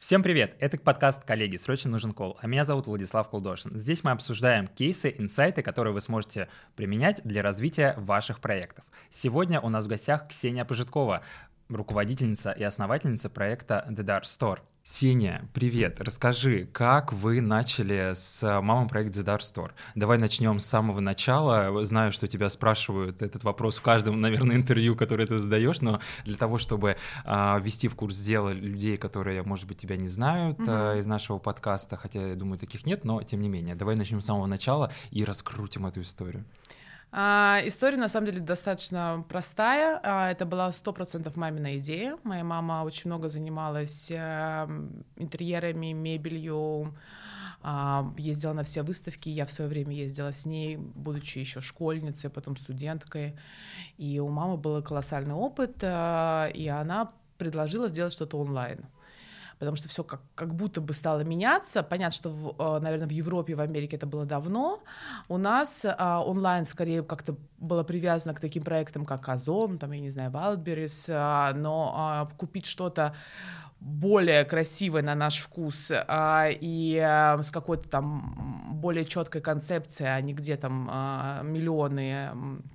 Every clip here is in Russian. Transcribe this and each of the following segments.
Всем привет! Это подкаст «Коллеги. Срочно нужен колл», а меня зовут Владислав Кулдошин. Здесь мы обсуждаем кейсы, инсайты, которые вы сможете применять для развития ваших проектов. Сегодня у нас в гостях Ксения Пожиткова, руководительница и основательница проекта The Dark Store. Ксения, привет! Расскажи, как вы начали с мамой проект The Dark Store? Давай начнем с самого начала. Знаю, что тебя спрашивают этот вопрос в каждом, наверное, интервью, которое ты задаешь, но для того, чтобы ввести в курс дела людей, которые, может быть, тебя не знают из нашего подкаста, хотя, я думаю, таких нет, но тем не менее. Давай начнем с самого начала и раскрутим эту историю. История, на самом деле, достаточно простая. Это была 100% мамина идея. Моя мама очень много занималась интерьерами, мебелью, ездила на все выставки. Я в свое время ездила с ней, будучи еще школьницей, потом студенткой. И у мамы был колоссальный опыт, и она предложила сделать что-то онлайн. Потому что все как будто бы стало меняться. Понятно, что, наверное, в Европе, в Америке это было давно. У нас онлайн скорее как-то было привязано к таким проектам, как Озон, там, я не знаю, Wildberries, но купить что-то более красивое на наш вкус и с какой-то там более четкой концепцией, а не где там миллионы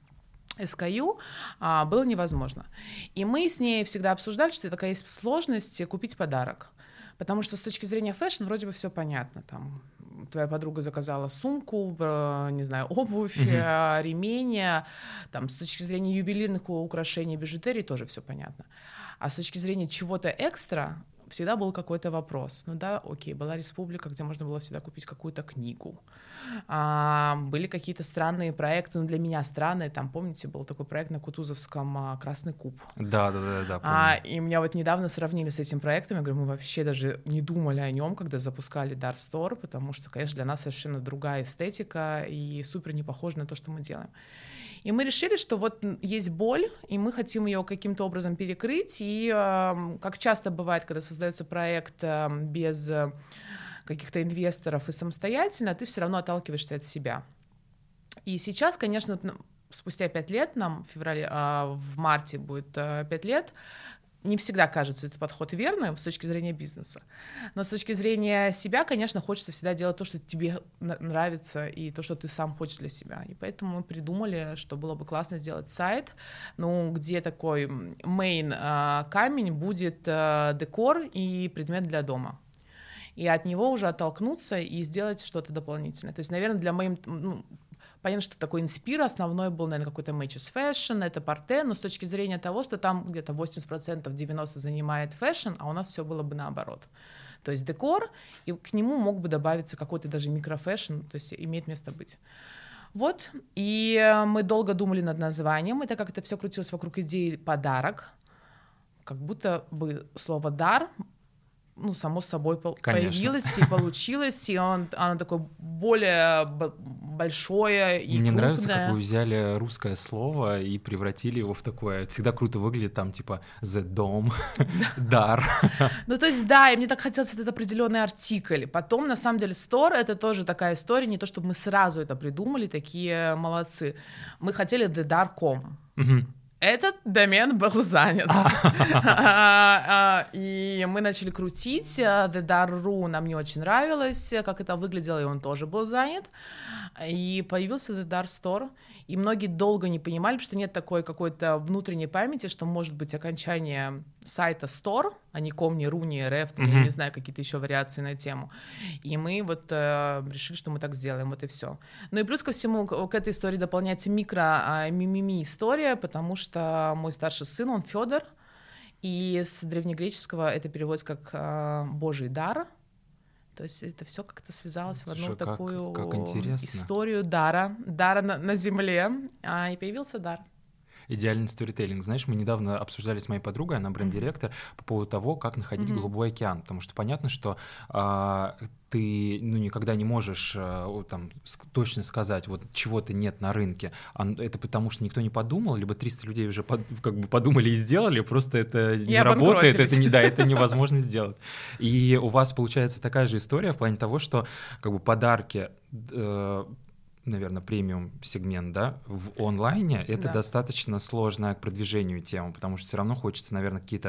SKU, было невозможно. И мы с ней всегда обсуждали, что такая есть сложность купить подарок. Потому что с точки зрения фэшн вроде бы все понятно. Там твоя подруга заказала сумку, не знаю, обувь, ремень. Там, с точки зрения ювелирных украшений, бижутерии тоже все понятно. А с точки зрения чего-то экстра всегда был какой-то вопрос. Ну да, окей, была республика, где можно было всегда купить какую-то книгу. Были какие-то странные проекты, ну для меня странные, там, помните, был такой проект на Кутузовском «Красный куб». Да, помню. И меня вот недавно сравнили с этим проектом, я говорю, мы вообще даже не думали о нем, когда запускали Dark Store, потому что, конечно, для нас совершенно другая эстетика и супер не похожа на то, что мы делаем. И мы решили, что вот есть боль, и мы хотим ее каким-то образом перекрыть. И как часто бывает, когда создается проект без каких-то инвесторов и самостоятельно, ты все равно отталкиваешься от себя. И сейчас, конечно, спустя 5 лет, нам в марте будет 5 лет, не всегда кажется этот подход верным с точки зрения бизнеса. Но с точки зрения себя, конечно, хочется всегда делать то, что тебе нравится, и то, что ты сам хочешь для себя. И поэтому мы придумали, что было бы классно сделать сайт, где такой main камень будет декор и предмет для дома. И от него уже оттолкнуться и сделать что-то дополнительное. То есть, наверное, для моим... Понятно, что такой инспир основной был, наверное, какой-то Matches Fashion, это Порте, но с точки зрения того, что там где-то 80%, 90% занимает фэшн, а у нас все было бы наоборот. То есть декор, и к нему мог бы добавиться какой-то даже микрофэшн, то есть имеет место быть. Вот, и мы долго думали над названием, и так как это все крутилось вокруг идеи «подарок», как будто бы слово «дар» само собой появилось и получилось, и оно такое более большое и Мне крупное. нравится, как вы взяли русское слово и превратили его в такое, всегда круто выглядит, там типа «the дом», «дар». Ну, то есть, да, и мне так хотелось этот определенный артикль. Потом, на самом деле, store — это тоже такая история, не то, чтобы мы сразу это придумали, такие молодцы. Мы хотели theDar.com. Этот домен был занят. И мы начали крутить. TheDar.ru нам не очень нравилось, как это выглядело, и он тоже был занят. И появился The Dark Store. И многие долго не понимали, потому что нет такой какой-то внутренней памяти, что может быть окончание сайта Store, а не ком, не ру, не рф, я не знаю, какие-то еще вариации на тему. И мы вот решили, что мы так сделаем, вот и все. Ну и плюс ко всему, к этой истории дополняется микро-мими-история, потому что мой старший сын, он Федор, и с древнегреческого это переводится как «божий дар». То есть это все как-то связалось в одну такую историю дара на земле, и появился дар. Идеальный сторителлинг. Знаешь, мы недавно обсуждали с моей подругой, она бренд-директор, по поводу того, как находить голубой океан, потому что понятно, что ты никогда не можешь там точно сказать, вот чего-то нет на рынке. Это потому, что никто не подумал, либо 300 людей уже подумали и сделали, просто это не работает, это невозможно сделать. И у вас получается такая же история в плане того, что подарки, наверное, премиум-сегмент, да, в онлайне, это достаточно сложная к продвижению тема, потому что все равно хочется, наверное, какие-то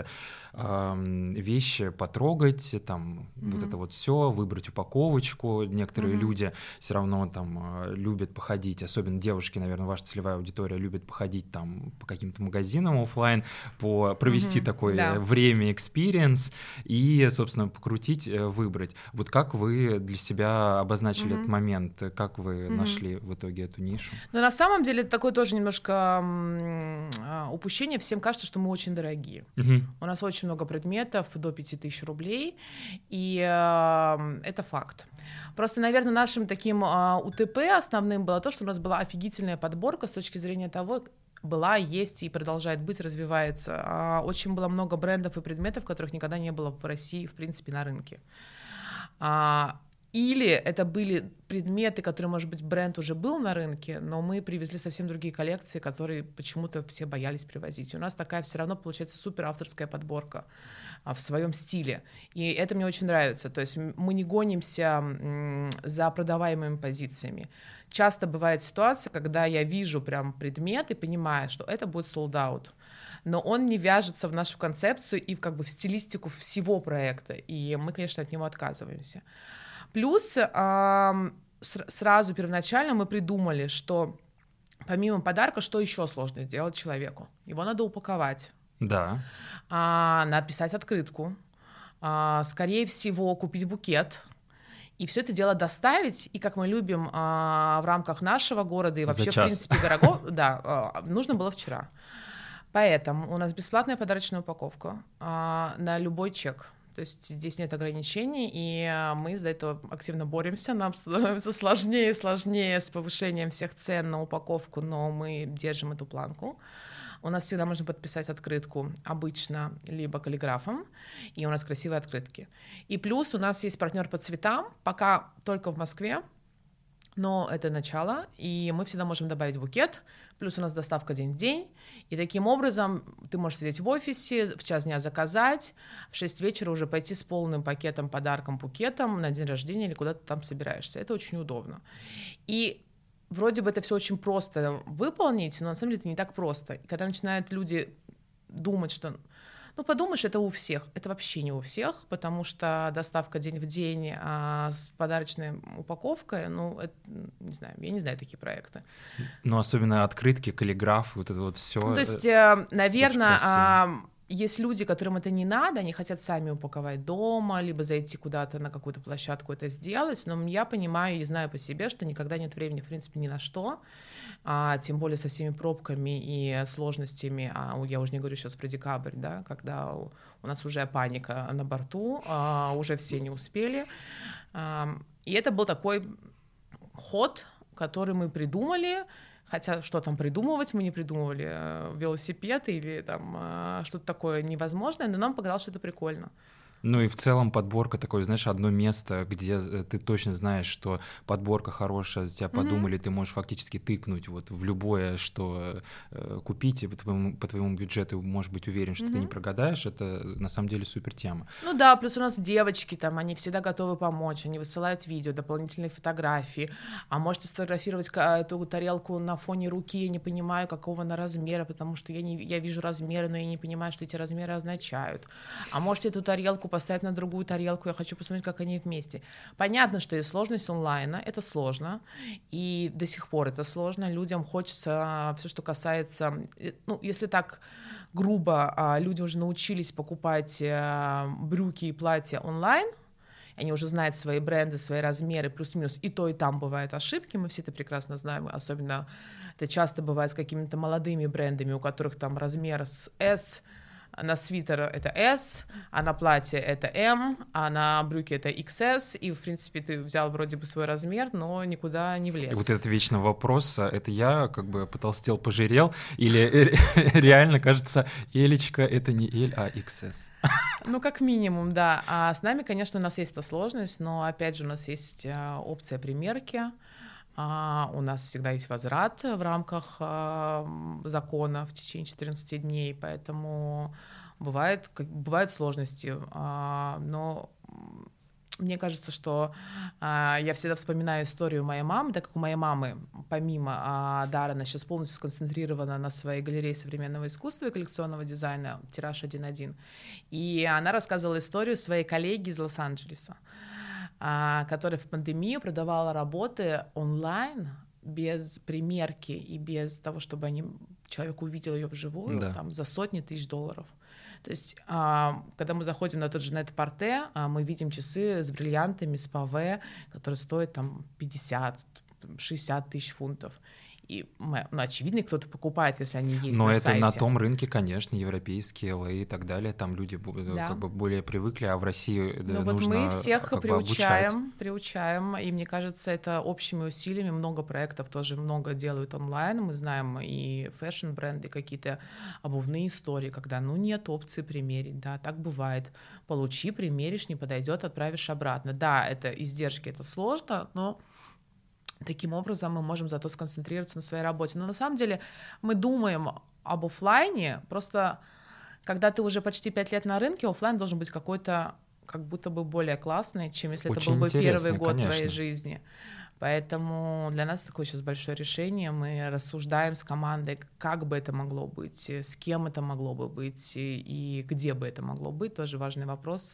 вещи потрогать, там вот это вот все, выбрать упаковочку. Некоторые люди все равно там любят походить, особенно девушки, наверное, ваша целевая аудитория любит походить там по каким-то магазинам офлайн, провести такое время, экспириенс и, собственно, покрутить, выбрать. Вот как вы для себя обозначили этот момент, как вы нашли в итоге эту нишу? Но на самом деле это такое тоже немножко упущение. Всем кажется, что мы очень дорогие. У нас очень много предметов до 5000 рублей, и это факт. Просто, наверное, нашим таким УТП основным было то, что у нас была офигительная подборка с точки зрения того, была, есть и продолжает быть, развивается. Очень было много брендов и предметов, которых никогда не было в России, в принципе, на рынке. Или это были предметы, которые, может быть, бренд уже был на рынке, но мы привезли совсем другие коллекции, которые почему-то все боялись привозить. И у нас такая все равно получается супер авторская подборка в своем стиле. И это мне очень нравится. То есть мы не гонимся за продаваемыми позициями. Часто бывает ситуация, когда я вижу прям предмет и понимаю, что это будет sold out, но он не вяжется в нашу концепцию и как бы в стилистику всего проекта. И мы, конечно, от него отказываемся. Плюс сразу первоначально мы придумали, что помимо подарка, что еще сложно сделать человеку? Его надо упаковать, написать открытку, скорее всего, купить букет, и все это дело доставить, и как мы любим в рамках нашего города и вообще, в принципе, городов, нужно было вчера. Поэтому у нас бесплатная подарочная упаковка на любой чек. То есть здесь нет ограничений, и мы из-за этого активно боремся. Нам становится сложнее и сложнее с повышением всех цен на упаковку, но мы держим эту планку. У нас всегда можно подписать открытку обычно либо каллиграфом, и у нас красивые открытки. И плюс у нас есть партнер по цветам, пока только в Москве, но это начало, и мы всегда можем добавить букет, плюс у нас доставка день в день, и таким образом ты можешь сидеть в офисе, в час дня заказать, в 6 вечера уже пойти с полным пакетом, подарком, букетом на день рождения или куда ты там собираешься. Это очень удобно. И вроде бы это все очень просто выполнить, но на самом деле это не так просто. И когда начинают люди думать, что... подумаешь, это у всех. Это вообще не у всех, потому что доставка день в день с подарочной упаковкой, это, не знаю, я не знаю такие проекты. Особенно открытки, каллиграф, вот это вот все. То есть, наверное, есть люди, которым это не надо, они хотят сами упаковать дома, либо зайти куда-то на какую-то площадку это сделать, но я понимаю и знаю по себе, что никогда нет времени, в принципе, ни на что, тем более со всеми пробками и сложностями, я уже не говорю сейчас про декабрь, да, когда у нас уже паника на борту, уже все не успели, и это был такой ход, который мы придумали. Хотя что там придумывать, мы не придумывали велосипед или там что-то такое невозможное, но нам показалось, что это прикольно. И в целом подборка такое, знаешь, одно место, где ты точно знаешь, что подборка хорошая, за тебя подумали, ты можешь фактически тыкнуть вот в любое, что купить, и по твоему бюджету можешь быть уверен, что ты не прогадаешь, это на самом деле супер тема. Плюс у нас девочки там, они всегда готовы помочь, они высылают видео, дополнительные фотографии, можете сфотографировать эту тарелку на фоне руки, я не понимаю, какого она размера, потому что я вижу размеры, но я не понимаю, что эти размеры означают. Можете эту тарелку поставить на другую тарелку, я хочу посмотреть, как они вместе. Понятно, что есть сложность онлайна, это сложно, и до сих пор это сложно. Людям хочется все, что касается, если так грубо, люди уже научились покупать брюки и платья онлайн, они уже знают свои бренды, свои размеры, плюс-минус, и то, и там бывают ошибки, мы все это прекрасно знаем, особенно это часто бывает с какими-то молодыми брендами, у которых там размер с S, на свитер это S, а на платье это M, а на брюки это XS, и, в принципе, ты взял вроде бы свой размер, но никуда не влез. И вот этот вечный вопрос, это я как бы потолстел, пожирел, или реально кажется, Элечка это не L, а XS? Как минимум, да. А с нами, конечно, у нас есть эта сложность, но, опять же, у нас есть опция примерки, у нас всегда есть возврат в рамках закона в течение 14 дней, поэтому бывают сложности, но мне кажется, что я всегда вспоминаю историю моей мамы, так как у моей мамы, помимо дара, она сейчас полностью сконцентрирована на своей галерее современного искусства и коллекционного дизайна, тираж 1.1. И она рассказывала историю своей коллеги из Лос-Анджелеса, которая в пандемию продавала работы онлайн без примерки и без того, чтобы человек увидел ее вживую, Да. там, за сотни тысяч долларов. То есть, когда мы заходим на тот же Net-Porté, мы видим часы с бриллиантами, с паве, которые стоят там 50-60 тысяч фунтов. И, очевидно, кто-то покупает, если они есть но на это сайте. на том рынке, конечно, европейские, LA и так далее, там люди как бы более привыкли, а в России ну, нужно вот мы всех как бы обучать. приучаем, и мне кажется, это общими усилиями, много проектов тоже много делают онлайн, мы знаем и фэшн-бренды, какие-то обувные истории, когда, нет опции примерить, да, так бывает, получи, примеришь, не подойдет, отправишь обратно. Да, это издержки, это сложно, но таким образом мы можем зато сконцентрироваться на своей работе. Но на самом деле мы думаем об офлайне, просто когда ты уже почти 5 лет на рынке, офлайн должен быть какой-то как будто бы более классный, чем если Очень это был бы первый год конечно. твоей жизни. Поэтому для нас такое сейчас большое решение. Мы рассуждаем с командой, как бы это могло быть, с кем это могло бы быть и где бы это могло быть. Тоже важный вопрос.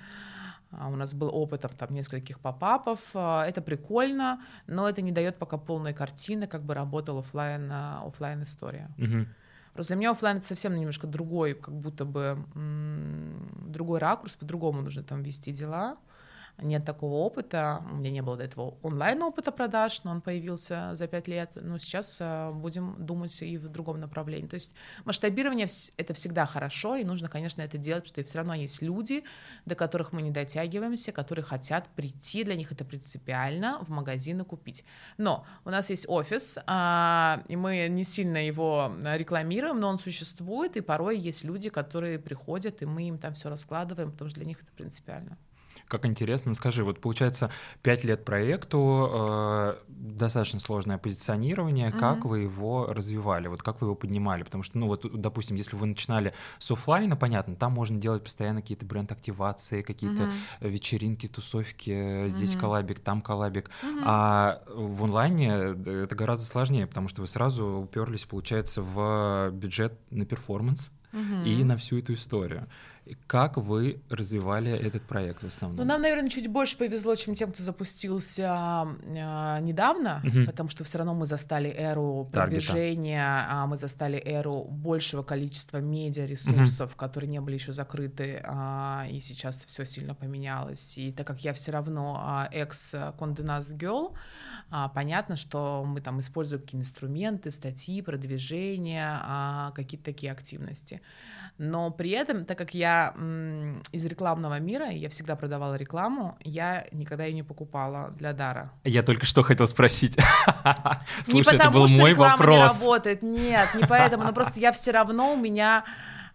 У нас был опыт там нескольких попапов. Это прикольно, но это не дает пока полной картины, как бы работала офлайн история. Угу. Просто для меня офлайн это совсем немножко другой, как будто бы другой ракурс, по-другому нужно там вести дела. Нет такого опыта, у меня не было до этого онлайн-опыта продаж, но он появился за 5 лет, но сейчас будем думать и в другом направлении. То есть масштабирование — это всегда хорошо, и нужно, конечно, это делать, потому что все равно есть люди, до которых мы не дотягиваемся, которые хотят прийти, для них это принципиально, в магазин и купить. Но у нас есть офис, и мы не сильно его рекламируем, но он существует, и порой есть люди, которые приходят, и мы им там все раскладываем, потому что для них это принципиально. Как интересно, скажи, вот получается 5 лет проекту, достаточно сложное позиционирование, как вы его развивали, вот как вы его поднимали, потому что, допустим, если вы начинали с офлайна, понятно, там можно делать постоянно какие-то бренд-активации, какие-то вечеринки, тусовки, здесь коллабик, там коллабик, а в онлайне это гораздо сложнее, потому что вы сразу уперлись, получается, в бюджет на перформанс и на всю эту историю. Как вы развивали этот проект в основном? Нам, наверное, чуть больше повезло, чем тем, кто запустился недавно, потому что все равно мы застали эру продвижения, мы застали эру большего количества медиаресурсов, которые не были еще закрыты, и сейчас все сильно поменялось. И так как я все равно экс-Condé Nast Girl, понятно, что мы там используем какие-то инструменты, статьи, продвижения, какие-то такие активности. Но при этом, так как я из рекламного мира, я всегда продавала рекламу, я никогда ее не покупала для дара. Я только что хотел спросить. Слушай, не потому, это был что мой реклама вопрос. Не работает, нет, не поэтому, но просто я все равно, у меня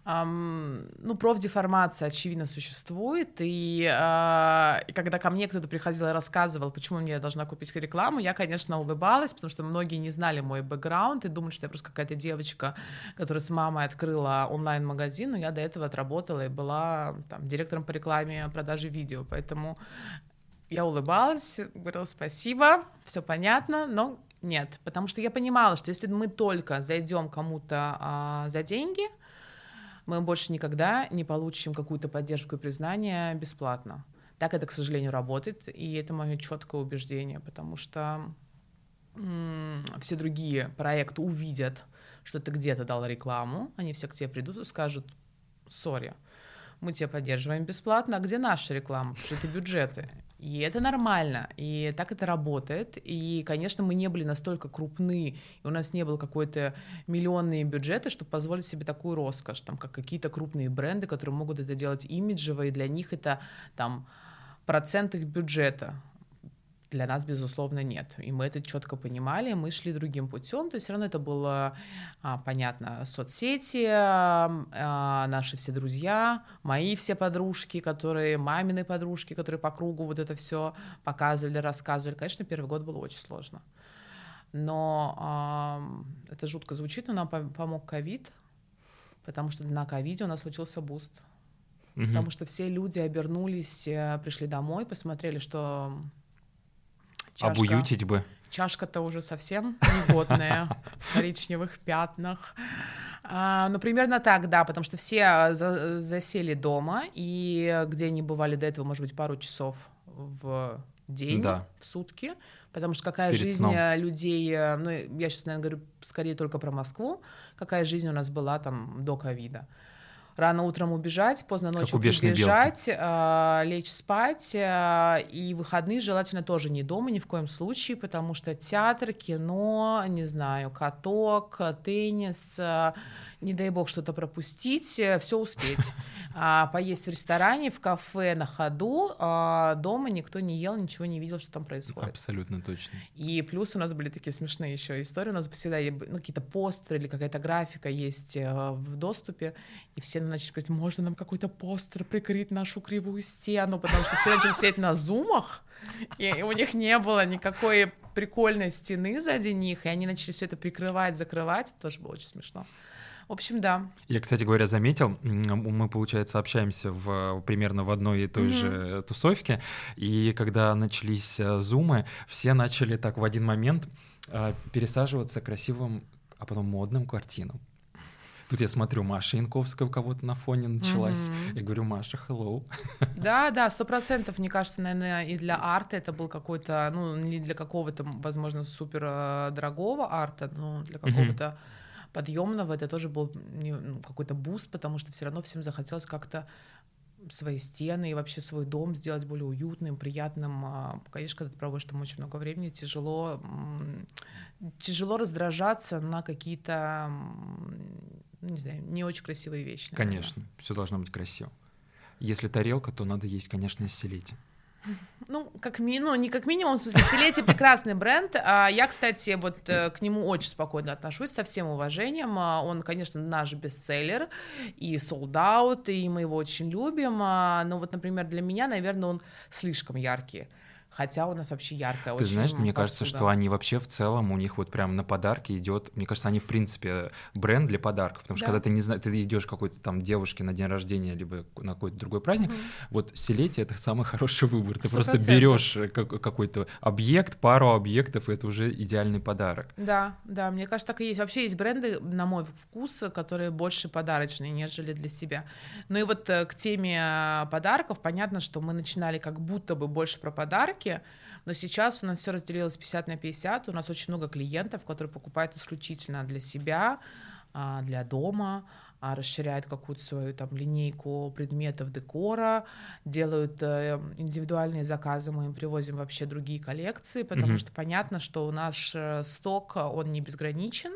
профдеформация, очевидно, существует, и когда ко мне кто-то приходил и рассказывал, почему мне должна купить рекламу, я, конечно, улыбалась, потому что многие не знали мой бэкграунд и думали, что я просто какая-то девочка, которая с мамой открыла онлайн-магазин, но я до этого отработала и была там директором по рекламе продажи видео, поэтому я улыбалась, говорила спасибо, все понятно, но нет, потому что я понимала, что если мы только зайдем кому-то за деньги, мы больше никогда не получим какую-то поддержку и признание бесплатно. Так это, к сожалению, работает, и это мое четкое убеждение, потому что все другие проекты увидят, что ты где-то дал рекламу, они все к тебе придут и скажут: сори, мы тебя поддерживаем бесплатно, а где наша реклама? Потому что это бюджеты. И это нормально, и так это работает. И, конечно, мы не были настолько крупны, и у нас не было какой-то миллионные бюджеты, чтобы позволить себе такую роскошь, там, как какие-то крупные бренды, которые могут это делать имиджево, и для них это там процент их бюджета. Для нас, безусловно, нет. И мы это четко понимали, мы шли другим путем. То есть все равно это было, понятно, соцсети, наши все друзья, мои все подружки, мамины подружки, которые по кругу вот это все показывали, рассказывали. Конечно, первый год было очень сложно. Но это жутко звучит, но нам помог ковид, потому что на ковиде у нас случился буст. потому что все люди обернулись, пришли домой, посмотрели, что Обуютить бы. Чашка-то уже совсем негодная, в коричневых пятнах. Ну, примерно так, да, потому что все засели дома, и где они бывали до этого, может быть, пару часов в день, в сутки, потому что какая перед жизнь сном. Людей, ну, я сейчас, наверное, говорю скорее только про Москву, какая жизнь у нас была там до ковида. Рано утром убежать, поздно ночью прибежать, лечь спать, и выходные желательно тоже не дома ни в коем случае, потому что театр, кино, не знаю, каток, теннис, не дай бог что-то пропустить, все успеть. Поесть в ресторане, в кафе на ходу, дома никто не ел, ничего не видел, что там происходит. Абсолютно точно. И плюс у нас были такие смешные еще истории, у нас всегда какие-то постеры или какая-то графика есть в доступе, и все начали говорить, можно нам какой-то постер прикрыть нашу кривую стену, потому что все начали сидеть на зумах, и у них не было никакой прикольной стены сзади них, и они начали все это прикрывать, закрывать, это тоже было очень смешно. В общем, да. Я, кстати говоря, заметил, мы, получается, общаемся примерно в одной и той же тусовке, и когда начались зумы, все начали так в один момент пересаживаться к красивым, а потом модным картинам. Тут я смотрю, Маша Янковская у кого-то на фоне началась. Я говорю, Маша, hello. Да, 100%, мне кажется, наверное, и для арта это был какой-то, ну, не для какого-то, возможно, супер дорогого арта, но для какого-то подъемного это тоже был какой-то буст, потому что все равно всем захотелось как-то свои стены и вообще свой дом сделать более уютным, приятным. Конечно, когда ты проводишь там очень много времени, тяжело раздражаться на какие-то, не знаю, не очень красивые вещи. Наверное. Конечно, все должно быть красиво. Если тарелка, то надо есть, конечно, из Селети. Ну, не как минимум, в смысле, Селети прекрасный бренд. Я, кстати, вот к нему очень спокойно отношусь, со всем уважением. Он, конечно, наш бестселлер и sold out, и мы его очень любим. Но вот, например, для меня, наверное, он слишком яркий. Хотя у нас вообще яркая очень. Ты знаешь, мне посуда. кажется, что они вообще в целом, у них вот прям на подарки идет, мне кажется, они в принципе бренд для подарков, потому что когда ты не знаешь, ты идешь какой-то там девушке на день рождения, либо на какой-то другой праздник, вот Селети — это самый хороший выбор. Ты 100%. Просто берешь какой-то объект, пару объектов, и это уже идеальный подарок. Да, мне кажется, так и есть. Вообще есть бренды, на мой вкус, которые больше подарочные, нежели для себя. Ну и вот к теме подарков, понятно, что мы начинали как будто бы больше про подарки, но сейчас у нас все разделилось 50/50, у нас очень много клиентов, которые покупают исключительно для себя, для дома, расширяют какую-то свою там линейку предметов декора, делают индивидуальные заказы, мы им привозим вообще другие коллекции, потому что понятно, что наш сток, он не безграничен,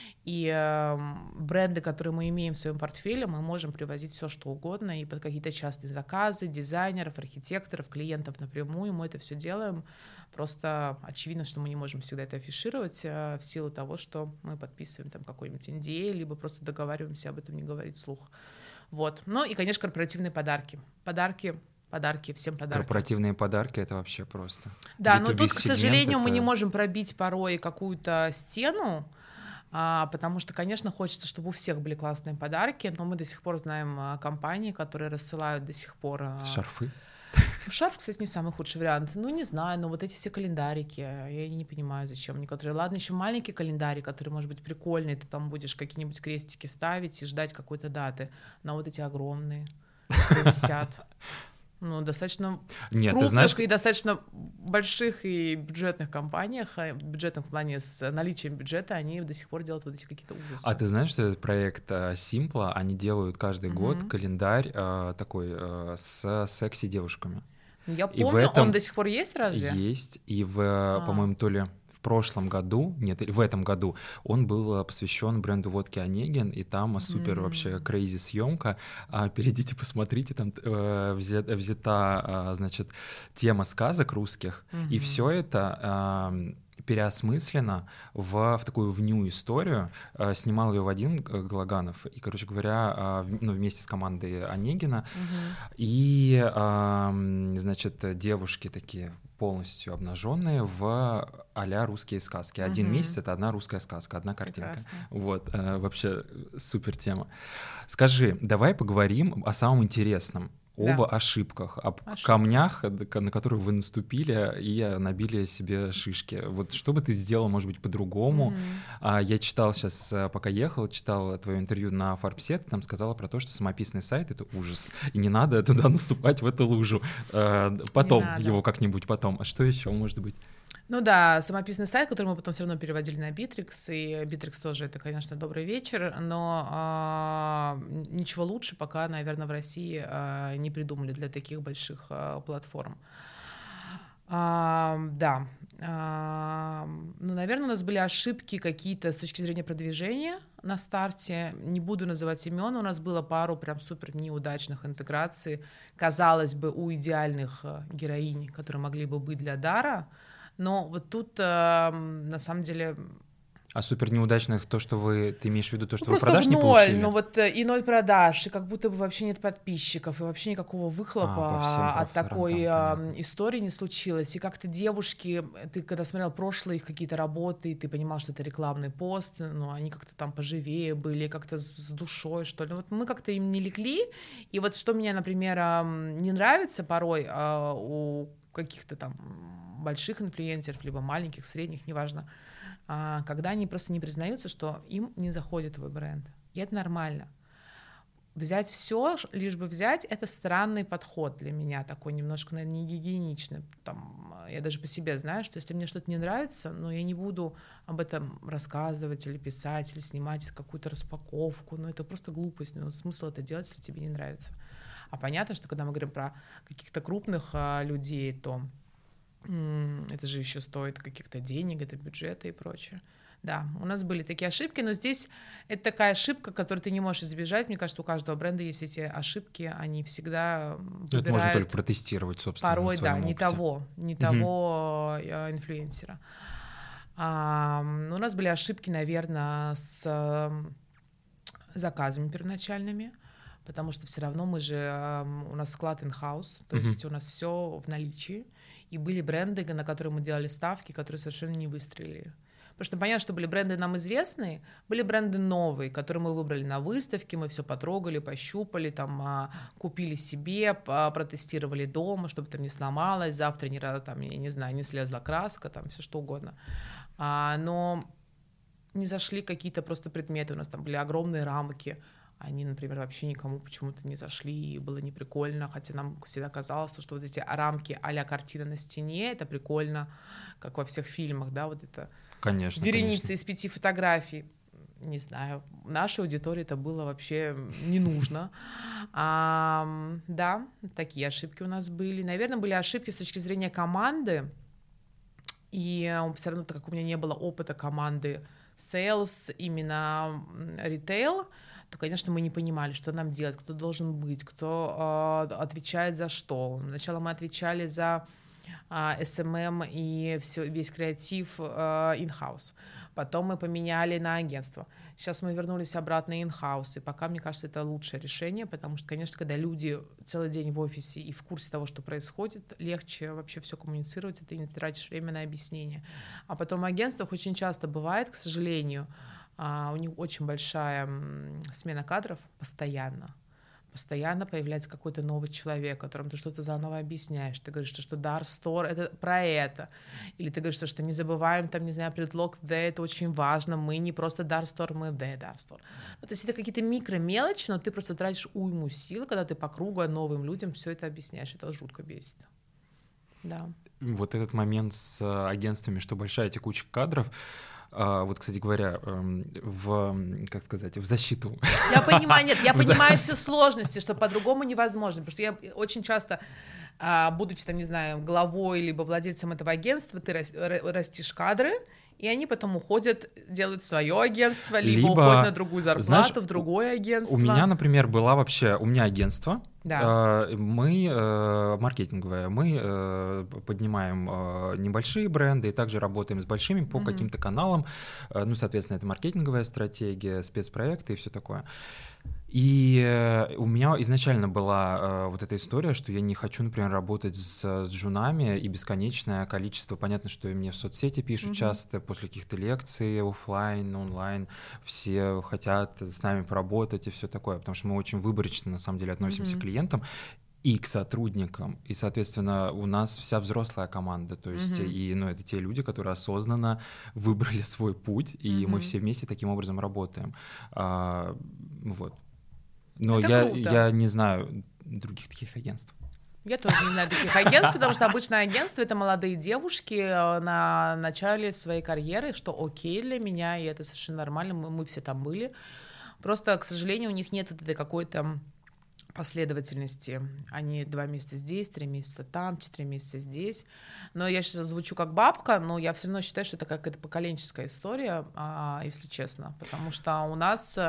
и бренды, которые мы имеем в своем портфеле, мы можем привозить все, что угодно, и под какие-то частные заказы, дизайнеров, архитекторов, клиентов напрямую, мы это все делаем. Просто очевидно, что мы не можем всегда это афишировать в силу того, что мы подписываем там какой-нибудь NDA, либо просто договариваемся об этом не говорить вслух. Вот. Ну и, конечно, корпоративные подарки. Подарки, всем подарки. Корпоративные подарки — это вообще просто. Да, но тут, к сожалению, мы не можем пробить порой какую-то стену, потому что, конечно, хочется, чтобы у всех были классные подарки, но мы до сих пор знаем компании, которые рассылают до сих пор... Шарфы? Шарф, кстати, не самый худший вариант. Ну, не знаю, но вот эти все календарики, я не понимаю, зачем некоторые. Ладно, еще маленький календарь, который может быть прикольный, ты там будешь какие-нибудь крестики ставить и ждать какой-то даты, но вот эти огромные, которые висят... Ну, достаточно крупных и достаточно больших и бюджетных компаниях, бюджетных в плане с наличием бюджета, они до сих пор делают вот эти какие-то ужасы. А ты знаешь, что этот проект Simpla, они делают каждый год календарь такой с секси-девушками? Я помню, он до сих пор есть разве? Есть, и по-моему, то ли... В прошлом году, нет, в этом году он был посвящен бренду водки Онегин, и там супер вообще крейзи съемка. Перейдите, посмотрите, там взята, значит, тема сказок русских, и все это переосмыслена в такую историю. Снимал ее Вадим Галаганов, и, короче говоря, вместе с командой Онегина. И, значит, девушки такие полностью обнаженные в а-ля русские сказки. Один месяц — это одна русская сказка, одна картинка. Прекрасно. Вот, вообще супер тема. Скажи, давай поговорим о самом интересном. Об ошибках, об камнях, на которые вы наступили и набили себе шишки. Вот что бы ты сделал, может быть, по-другому? Я читал сейчас, пока ехал, читал твое интервью на Форбсе, ты там сказала про то, что самописный сайт — это ужас, и не надо туда наступать, в эту лужу. Потом, его как-нибудь потом. А что еще может быть? Ну да, самописный сайт, который мы потом все равно переводили на Bittrex, и Bittrex тоже это, конечно, добрый вечер, но ничего лучше пока, наверное, в России не придумали для таких больших платформ. Да, ну, наверное, у нас были ошибки какие-то с точки зрения продвижения на старте. Не буду называть имен, у нас было пару прям супер неудачных интеграций, казалось бы, у идеальных героинь, которые могли бы быть для Дара. Но вот тут, на самом деле... А супер неудачных то, что ты имеешь в виду, то, что вы просто продаж в не ноль, получили? ну вот и 0 продаж, и как будто бы вообще нет подписчиков, и вообще никакого выхлопа от такой истории не случилось. И как-то девушки, ты когда смотрел прошлые их какие-то работы, ты понимал, что это рекламный пост, но они как-то там поживее были, как-то с душой, что ли. Вот мы как-то им не легли, и вот что мне, например, не нравится порой у каких-то там больших инфлюенсеров, либо маленьких, средних, неважно, когда они просто не признаются, что им не заходит твой бренд. И это нормально. Взять все, лишь бы взять, это странный подход для меня, такой немножко, наверное, не гигиеничный. Там, я даже по себе знаю, что если мне что-то не нравится, но я не буду об этом рассказывать или писать, или снимать какую-то распаковку. Ну, это просто глупость. Ну, смысл это делать, если тебе не нравится. А понятно, что когда мы говорим про каких-то крупных людей, то это же еще стоит каких-то денег, это бюджеты и прочее. Да, у нас были такие ошибки, но здесь это такая ошибка, которую ты не можешь избежать. Мне кажется, у каждого бренда есть эти ошибки, они всегда выбирают... Это можно только протестировать, собственно, порой, на своем да, опыте. не того инфлюенсера. У нас были ошибки, наверное, с заказами первоначальными, потому что все равно мы же... У нас склад in-house, то есть у нас все в наличии. И были бренды, на которые мы делали ставки, которые совершенно не выстрелили. Потому что понятно, что были бренды нам известные, были бренды новые, которые мы выбрали на выставке, мы все потрогали, пощупали, там, купили себе, протестировали дома, чтобы там не сломалось, завтра там, я не знаю, не слезла краска, там все что угодно. Но не зашли какие-то просто предметы, у нас там были огромные рамки, они, например, вообще никому почему-то не зашли, и было неприкольно, хотя нам всегда казалось, что вот эти рамки а-ля картина на стене, это прикольно, как во всех фильмах, да, вот это конечно, вереница из 5 фотографий. Не знаю, нашей аудитории это было вообще не нужно. Да, такие ошибки у нас были. Наверное, были ошибки с точки зрения команды, и все равно, так как у меня не было опыта команды sales, именно ритейл, то, конечно, мы не понимали, что нам делать, кто должен быть, кто отвечает за что. Сначала мы отвечали за SMM и весь креатив in-house. Потом мы поменяли на агентство. Сейчас мы вернулись обратно in-house. И пока, мне кажется, это лучшее решение, потому что, конечно, когда люди целый день в офисе и в курсе того, что происходит, легче вообще все коммуницировать, и ты не тратишь время на объяснение. А потом в агентствах очень часто бывает, к сожалению, у них очень большая смена кадров постоянно. Постоянно появляется какой-то новый человек, которому ты что-то заново объясняешь. Ты говоришь, что Dark Store — это про это. Или ты говоришь, что не забываем, там, не знаю, предлог «the» — это очень важно. Мы не просто Dark Store, мы «the Dark Store». Ну, то есть это какие-то микромелочи, но ты просто тратишь уйму сил, когда ты по кругу новым людям все это объясняешь. Это жутко бесит. Да. Вот этот момент с агентствами, что большая текучка кадров, вот, кстати говоря, как сказать, в защиту. Я понимаю, нет, я понимаю все сложности, что по-другому невозможно, потому что я очень часто, будучи, там, не знаю, главой либо владельцем этого агентства, ты растишь кадры, и они потом уходят, делают свое агентство, либо уходят на другую зарплату, знаешь, в другое агентство. У меня, например, у меня агентство, да. Мы маркетинговое, мы поднимаем небольшие бренды и также работаем с большими по каким-то каналам, ну, соответственно, это маркетинговая стратегия, спецпроекты и все такое. И у меня изначально была вот эта история, что я не хочу, например, работать с джунами и бесконечное количество. Понятно, что и мне в соцсети пишут часто после каких-то лекций, офлайн, онлайн. Все хотят с нами поработать и все такое, потому что мы очень выборочно, на самом деле, относимся к клиентам и к сотрудникам. И, соответственно, у нас вся взрослая команда. То есть, и, ну, это те люди, которые осознанно выбрали свой путь, и мы все вместе таким образом работаем. Вот. Но я не знаю других таких агентств. Я тоже не знаю таких агентств, потому что обычно агентство — это молодые девушки на начале своей карьеры, что окей для меня, и это совершенно нормально, мы все там были. Просто, к сожалению, у них нет этой какой-то последовательности. Они 2 месяца здесь, 3 месяца там, 4 месяца здесь. Но я сейчас звучу как бабка, но я все равно считаю, что это какая-то поколенческая история, если честно. Потому что у нас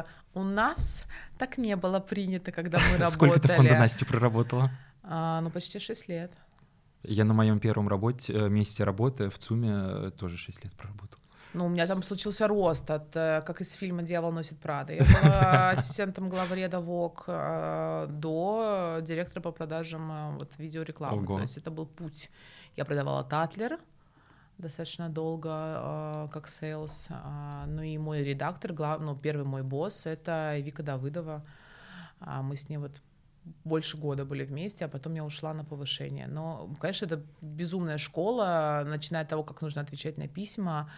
так не было принято, когда мы работали. Сколько ты в Фонда Насти проработала? Ну, почти 6 лет. Я на моем первом месте работы в ЦУМе тоже 6 лет проработал. Ну, у меня там случился рост, как из фильма «Дьявол носит Прада». Я была ассистентом главреда Vogue до директора по продажам видеорекламы. Ого. То есть это был путь. Я продавала Татлер достаточно долго, как сейлс. Ну и мой редактор, первый мой босс — это Вика Давыдова. Мы с ней больше года были вместе, а потом я ушла на повышение. Но, конечно, это безумная школа, начиная от того, как нужно отвечать на письма,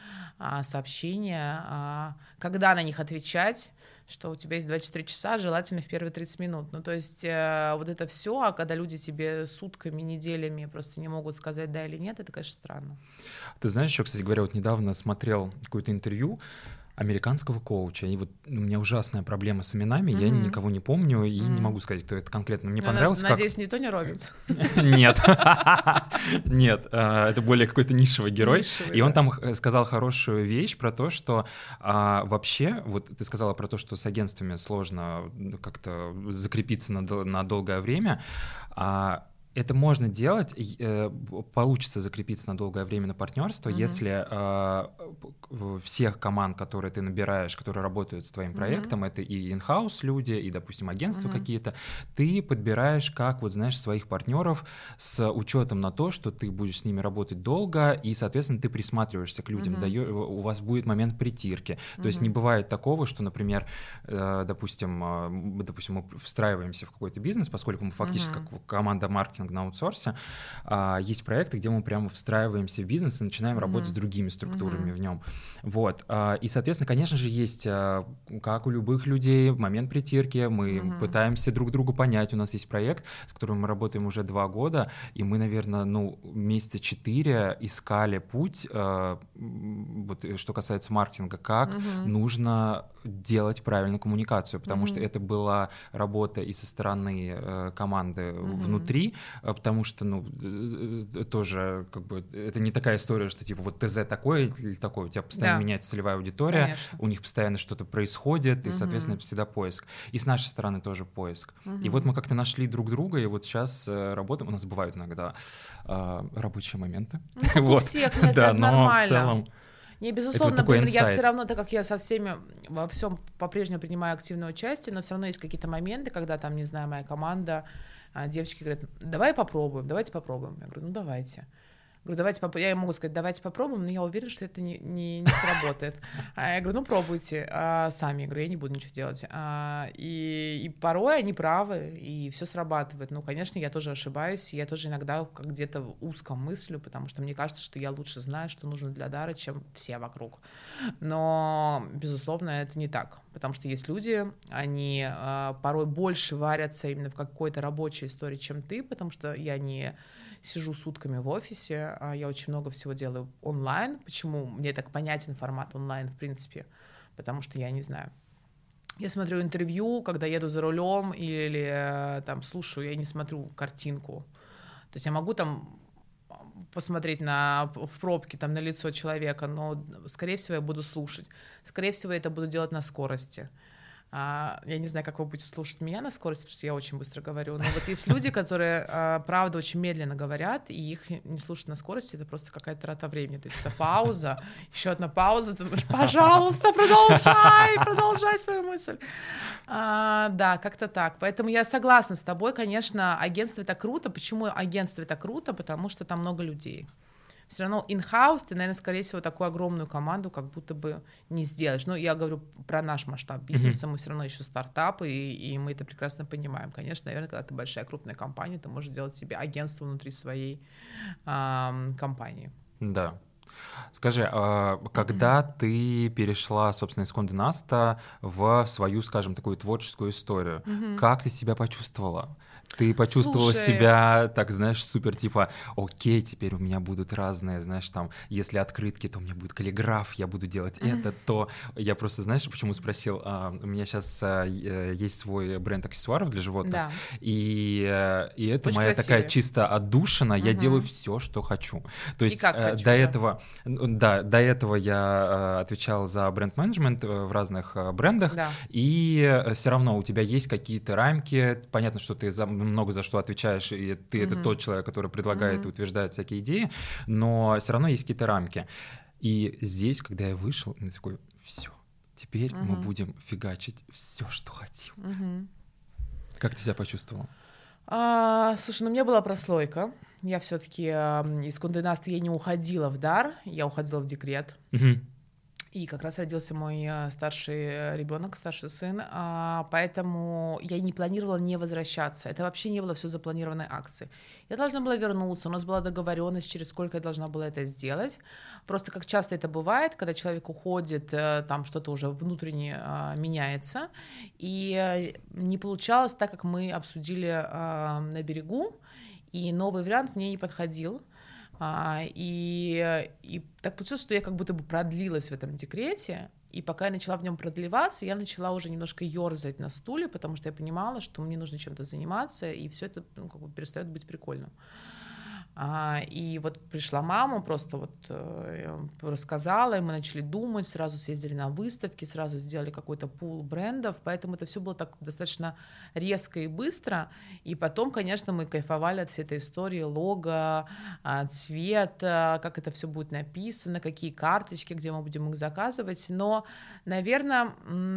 сообщения, когда на них отвечать, что у тебя есть 24 часа, желательно в первые 30 минут. Ну, то есть вот это все, а когда люди тебе сутками, неделями просто не могут сказать да или нет, это, конечно, странно. Ты знаешь, еще, кстати говоря, недавно смотрел какое-то интервью американского коуча, и у меня ужасная проблема с именами, я никого не помню и не могу сказать, кто это конкретно. Мне понравилось, надеюсь, не Тони Роббинс? Нет, нет, это более какой-то нишевый герой, и он там сказал хорошую вещь про то, что вообще, ты сказала про то, что с агентствами сложно как-то закрепиться на долгое время, это можно делать, получится закрепиться на долгое время на партнерство, если всех команд, которые ты набираешь, которые работают с твоим проектом, это и in-house люди, и, допустим, агентства какие-то, ты подбираешь как, своих партнеров с учетом на то, что ты будешь с ними работать долго, и, соответственно, ты присматриваешься к людям, у вас будет момент притирки. То есть не бывает такого, что, например, допустим, мы встраиваемся в какой-то бизнес, поскольку мы фактически как команда маркетинга на аутсорсе, есть проекты, где мы прямо встраиваемся в бизнес и начинаем работать с другими структурами в нем. И, соответственно, конечно же, есть, как у любых людей, момент притирки, мы пытаемся друг друга понять, у нас есть проект, с которым мы работаем уже 2 года, и мы, наверное, месяца 4 искали путь, что касается маркетинга, как нужно делать правильную коммуникацию, потому что это была работа и со стороны команды внутри, потому что, тоже это не такая история, что типа ТЗ такой или такой, у тебя постоянно меняется целевая аудитория, конечно. У них постоянно что-то происходит, и, соответственно, всегда поиск. И с нашей стороны тоже поиск. И мы как-то нашли друг друга, и сейчас работаем, у нас бывают иногда рабочие моменты. У всех, это нормально. В целом... Не, безусловно, я все равно, так как я со всеми во всем по-прежнему принимаю активное участие, но все равно есть какие-то моменты, когда там, не знаю, моя команда, девочки говорят, давайте попробуем. Я говорю, давайте. Я могу сказать, давайте попробуем, но я уверена, что это не сработает. Я говорю, пробуйте сами. Я говорю, я не буду ничего делать. И порой они правы, и все срабатывает. Конечно, я тоже ошибаюсь, я тоже иногда где-то в узком мыслю, потому что мне кажется, что я лучше знаю, что нужно для Дара, чем все вокруг. Но, безусловно, это не так, потому что есть люди, они порой больше варятся именно в какой-то рабочей истории, чем ты, потому что я не сижу сутками в офисе, я очень много всего делаю онлайн. Почему мне так понятен формат онлайн, в принципе? Потому что я не знаю. Я смотрю интервью, когда еду за рулем или там слушаю, я не смотрю картинку. То есть я могу там посмотреть в пробке там, на лицо человека, но, скорее всего, я буду слушать. Скорее всего, я это буду делать на скорости. Я не знаю, как вы будете слушать меня на скорости, потому что я очень быстро говорю, но вот есть люди, которые, правда, очень медленно говорят, и их не слушать на скорости, это просто какая-то трата времени, то есть это пауза, еще одна пауза, ты думаешь, пожалуйста, продолжай свою мысль. Да, как-то так, поэтому я согласна с тобой, конечно, агентство — это круто. Почему агентство — это круто? Потому что там много людей. Все равно in-house ты, наверное, скорее всего, такую огромную команду как будто бы не сделаешь. Ну, я говорю про наш масштаб бизнеса, мы все равно еще стартап, и мы это прекрасно понимаем. Конечно, наверное, когда ты большая крупная компания, ты можешь делать себе агентство внутри своей компании. Да. Скажи, когда ты перешла, собственно, из Condé Nast в свою, скажем, такую творческую историю, как ты себя почувствовала? Ты почувствовала себя, так, знаешь, супер, типа, окей, теперь у меня будут разные, знаешь, там, если открытки, то у меня будет каллиграф, я буду делать это, то... Я просто, знаешь, почему спросил? У меня сейчас есть свой бренд аксессуаров для животных, Да. и это очень моя красивые. Такая чисто отдушина, я делаю все, что хочу. То есть до этого я отвечал за бренд-менеджмент в разных брендах, Да. и все равно у тебя есть какие-то рамки, понятно, что ты много за что отвечаешь, и ты это тот человек, который предлагает и утверждает всякие идеи, но все равно есть какие-то рамки. И здесь, когда я вышел, я такой, все, теперь мы будем фигачить все, что хотим. Как ты себя почувствовала? Слушай, у меня была прослойка. Я все-таки из Condé Nast я не уходила в дар, я уходила в декрет. И как раз родился мой старший ребенок, старший сын, поэтому я не планировала не возвращаться. Это вообще не было все запланированной акции. Я должна была вернуться, у нас была договоренность, через сколько я должна была это сделать. Просто как часто это бывает, когда человек уходит, там что-то уже внутренне меняется, и не получалось так, как мы обсудили на берегу, и новый вариант мне не подходил. И так получилось, что я как будто бы продлилась в этом декрете, и пока я начала в нем продлеваться, я начала уже немножко ёрзать на стуле, потому что я понимала, что мне нужно чем-то заниматься, и все это как бы перестает быть прикольным. И вот пришла мама, просто вот рассказала, и мы начали думать, сразу съездили на выставки, сразу сделали какой-то пул брендов, поэтому это все было так достаточно резко и быстро, и потом, конечно, мы кайфовали от всей этой истории, лого, цвет, как это все будет написано, какие карточки, где мы будем их заказывать, но, наверное,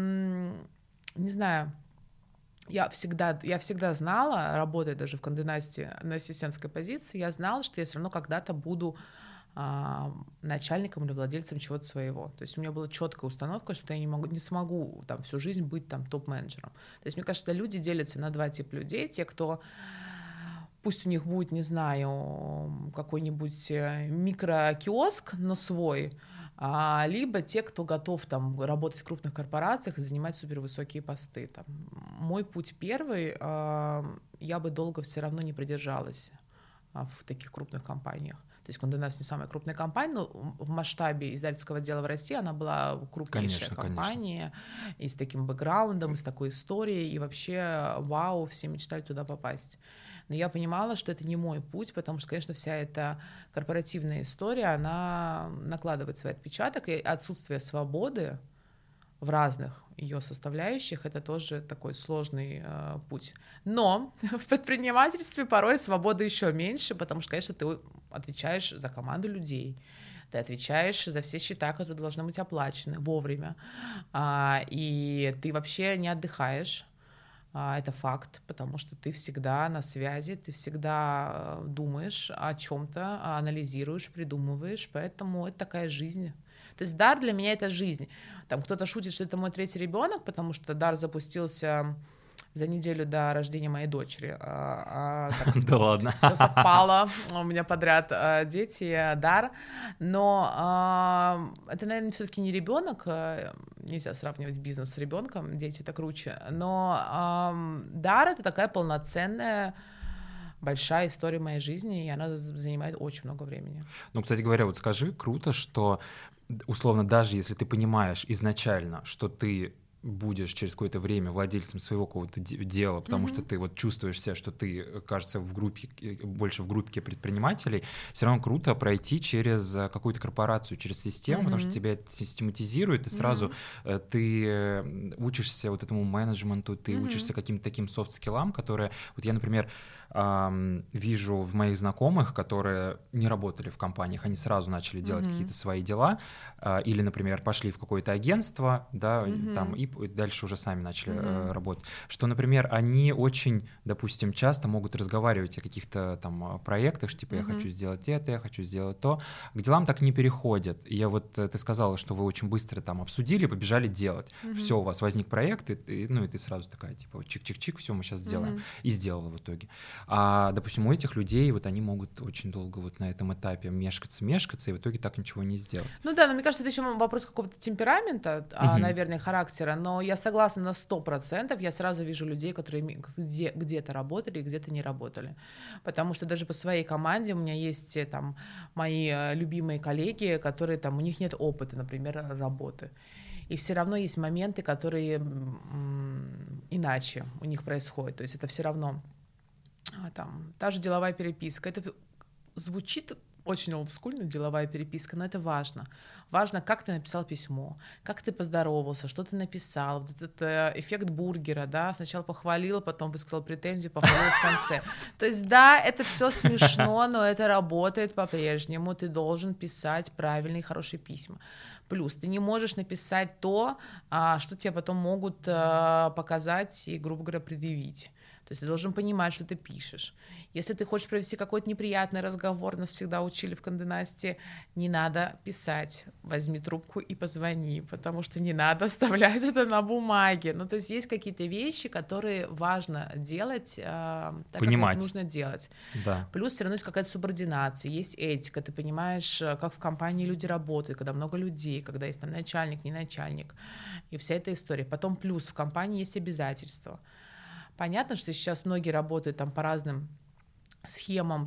не знаю, я всегда знала, работая даже в Condé Nast на ассистентской позиции, я знала, что я все равно когда-то буду начальником или владельцем чего-то своего. То есть у меня была четкая установка, что я не смогу там всю жизнь быть там топ-менеджером. То есть мне кажется, люди делятся на два типа людей. Те, кто пусть у них будет, не знаю, какой-нибудь микрокиоск, но свой, либо те, кто готов там работать в крупных корпорациях и занимать супервысокие посты. Там. Мой путь первый, я бы долго все равно не продержалась в таких крупных компаниях. То есть Condé Nast не самая крупная компания, но в масштабе издательского отдела в России она была крупнейшая компания, и с таким бэкграундом, и с такой историей, и вообще, вау, все мечтали туда попасть. Но я понимала, что это не мой путь, потому что, конечно, вся эта корпоративная история, она накладывает свой отпечаток, и отсутствие свободы в разных ее составляющих — это тоже такой сложный путь. Но в предпринимательстве порой свободы еще меньше, потому что, конечно, ты отвечаешь за команду людей, ты отвечаешь за все счета, которые должны быть оплачены вовремя, и ты вообще не отдыхаешь. Это факт, потому что ты всегда на связи, ты всегда думаешь о чем-то, анализируешь, придумываешь, поэтому это такая жизнь. То есть дар для меня — это жизнь. Там кто-то шутит, что это мой третий ребенок, потому что дар запустился за неделю до рождения моей дочери. Да ладно. Все совпало, у меня подряд дети, дар. Но это, наверное, все-таки не ребенок. Нельзя сравнивать бизнес с ребенком, дети — это круче. Но дар — это такая полноценная большая история моей жизни, и она занимает очень много времени. Ну, кстати говоря, вот скажи, круто, что условно даже если ты понимаешь изначально, что ты будешь через какое-то время владельцем своего какого-то дела, потому что ты вот чувствуешь себя, что ты, кажется, больше в группе предпринимателей, все равно круто пройти через какую-то корпорацию, через систему, потому что тебя это систематизирует, и сразу ты учишься вот этому менеджменту, ты учишься каким-то таким софт-скиллам, которые... Вот я, например, вижу в моих знакомых, которые не работали в компаниях, они сразу начали делать какие-то свои дела, или, например, пошли в какое-то агентство, да, там, и дальше уже сами начали работать. Что, например, они очень, допустим, часто могут разговаривать о каких-то там проектах, что, типа, я хочу сделать это, я хочу сделать то. К делам так не переходят. И я вот, ты сказала, что вы очень быстро там обсудили, побежали делать. Все, у вас возник проект, и ты сразу такая, типа, чик-чик-чик, все, мы сейчас сделаем. И сделала в итоге. А, допустим, у этих людей вот они могут очень долго вот на этом этапе мешкаться, и в итоге так ничего не сделать. Ну да, но мне кажется, это еще вопрос какого-то темперамента, наверное, характера, но я согласна на 100%, я сразу вижу людей, которые где-то работали и где-то не работали, потому что даже по своей команде у меня есть там мои любимые коллеги, которые там, у них нет опыта, например, работы. И все равно есть моменты, которые иначе у них происходят, то есть это все равно там, та же деловая переписка. Это звучит очень олдскульно, деловая переписка, но это важно. Важно, как ты написал письмо, как ты поздоровался, что ты написал. Вот этот эффект бургера, да, сначала похвалил, потом высказал претензию, похвалил в конце. То есть, да, это все смешно, но это работает по-прежнему. Ты должен писать правильные, хорошие письма. Плюс ты не можешь написать то, что тебе потом могут показать и, грубо говоря, предъявить. То есть ты должен понимать, что ты пишешь. Если ты хочешь провести какой-то неприятный разговор, нас всегда учили в Конде-Насте, не надо писать. Возьми трубку и позвони, потому что не надо оставлять это на бумаге. Ну, то есть есть какие-то вещи, которые важно делать, так понимать. Как нужно делать. Да. Плюс все равно есть какая-то субординация, есть этика, ты понимаешь, как в компании люди работают, когда много людей, когда есть там начальник, не начальник, и вся эта история. Потом плюс в компании есть обязательства. Понятно, что сейчас многие работают там по разным схемам,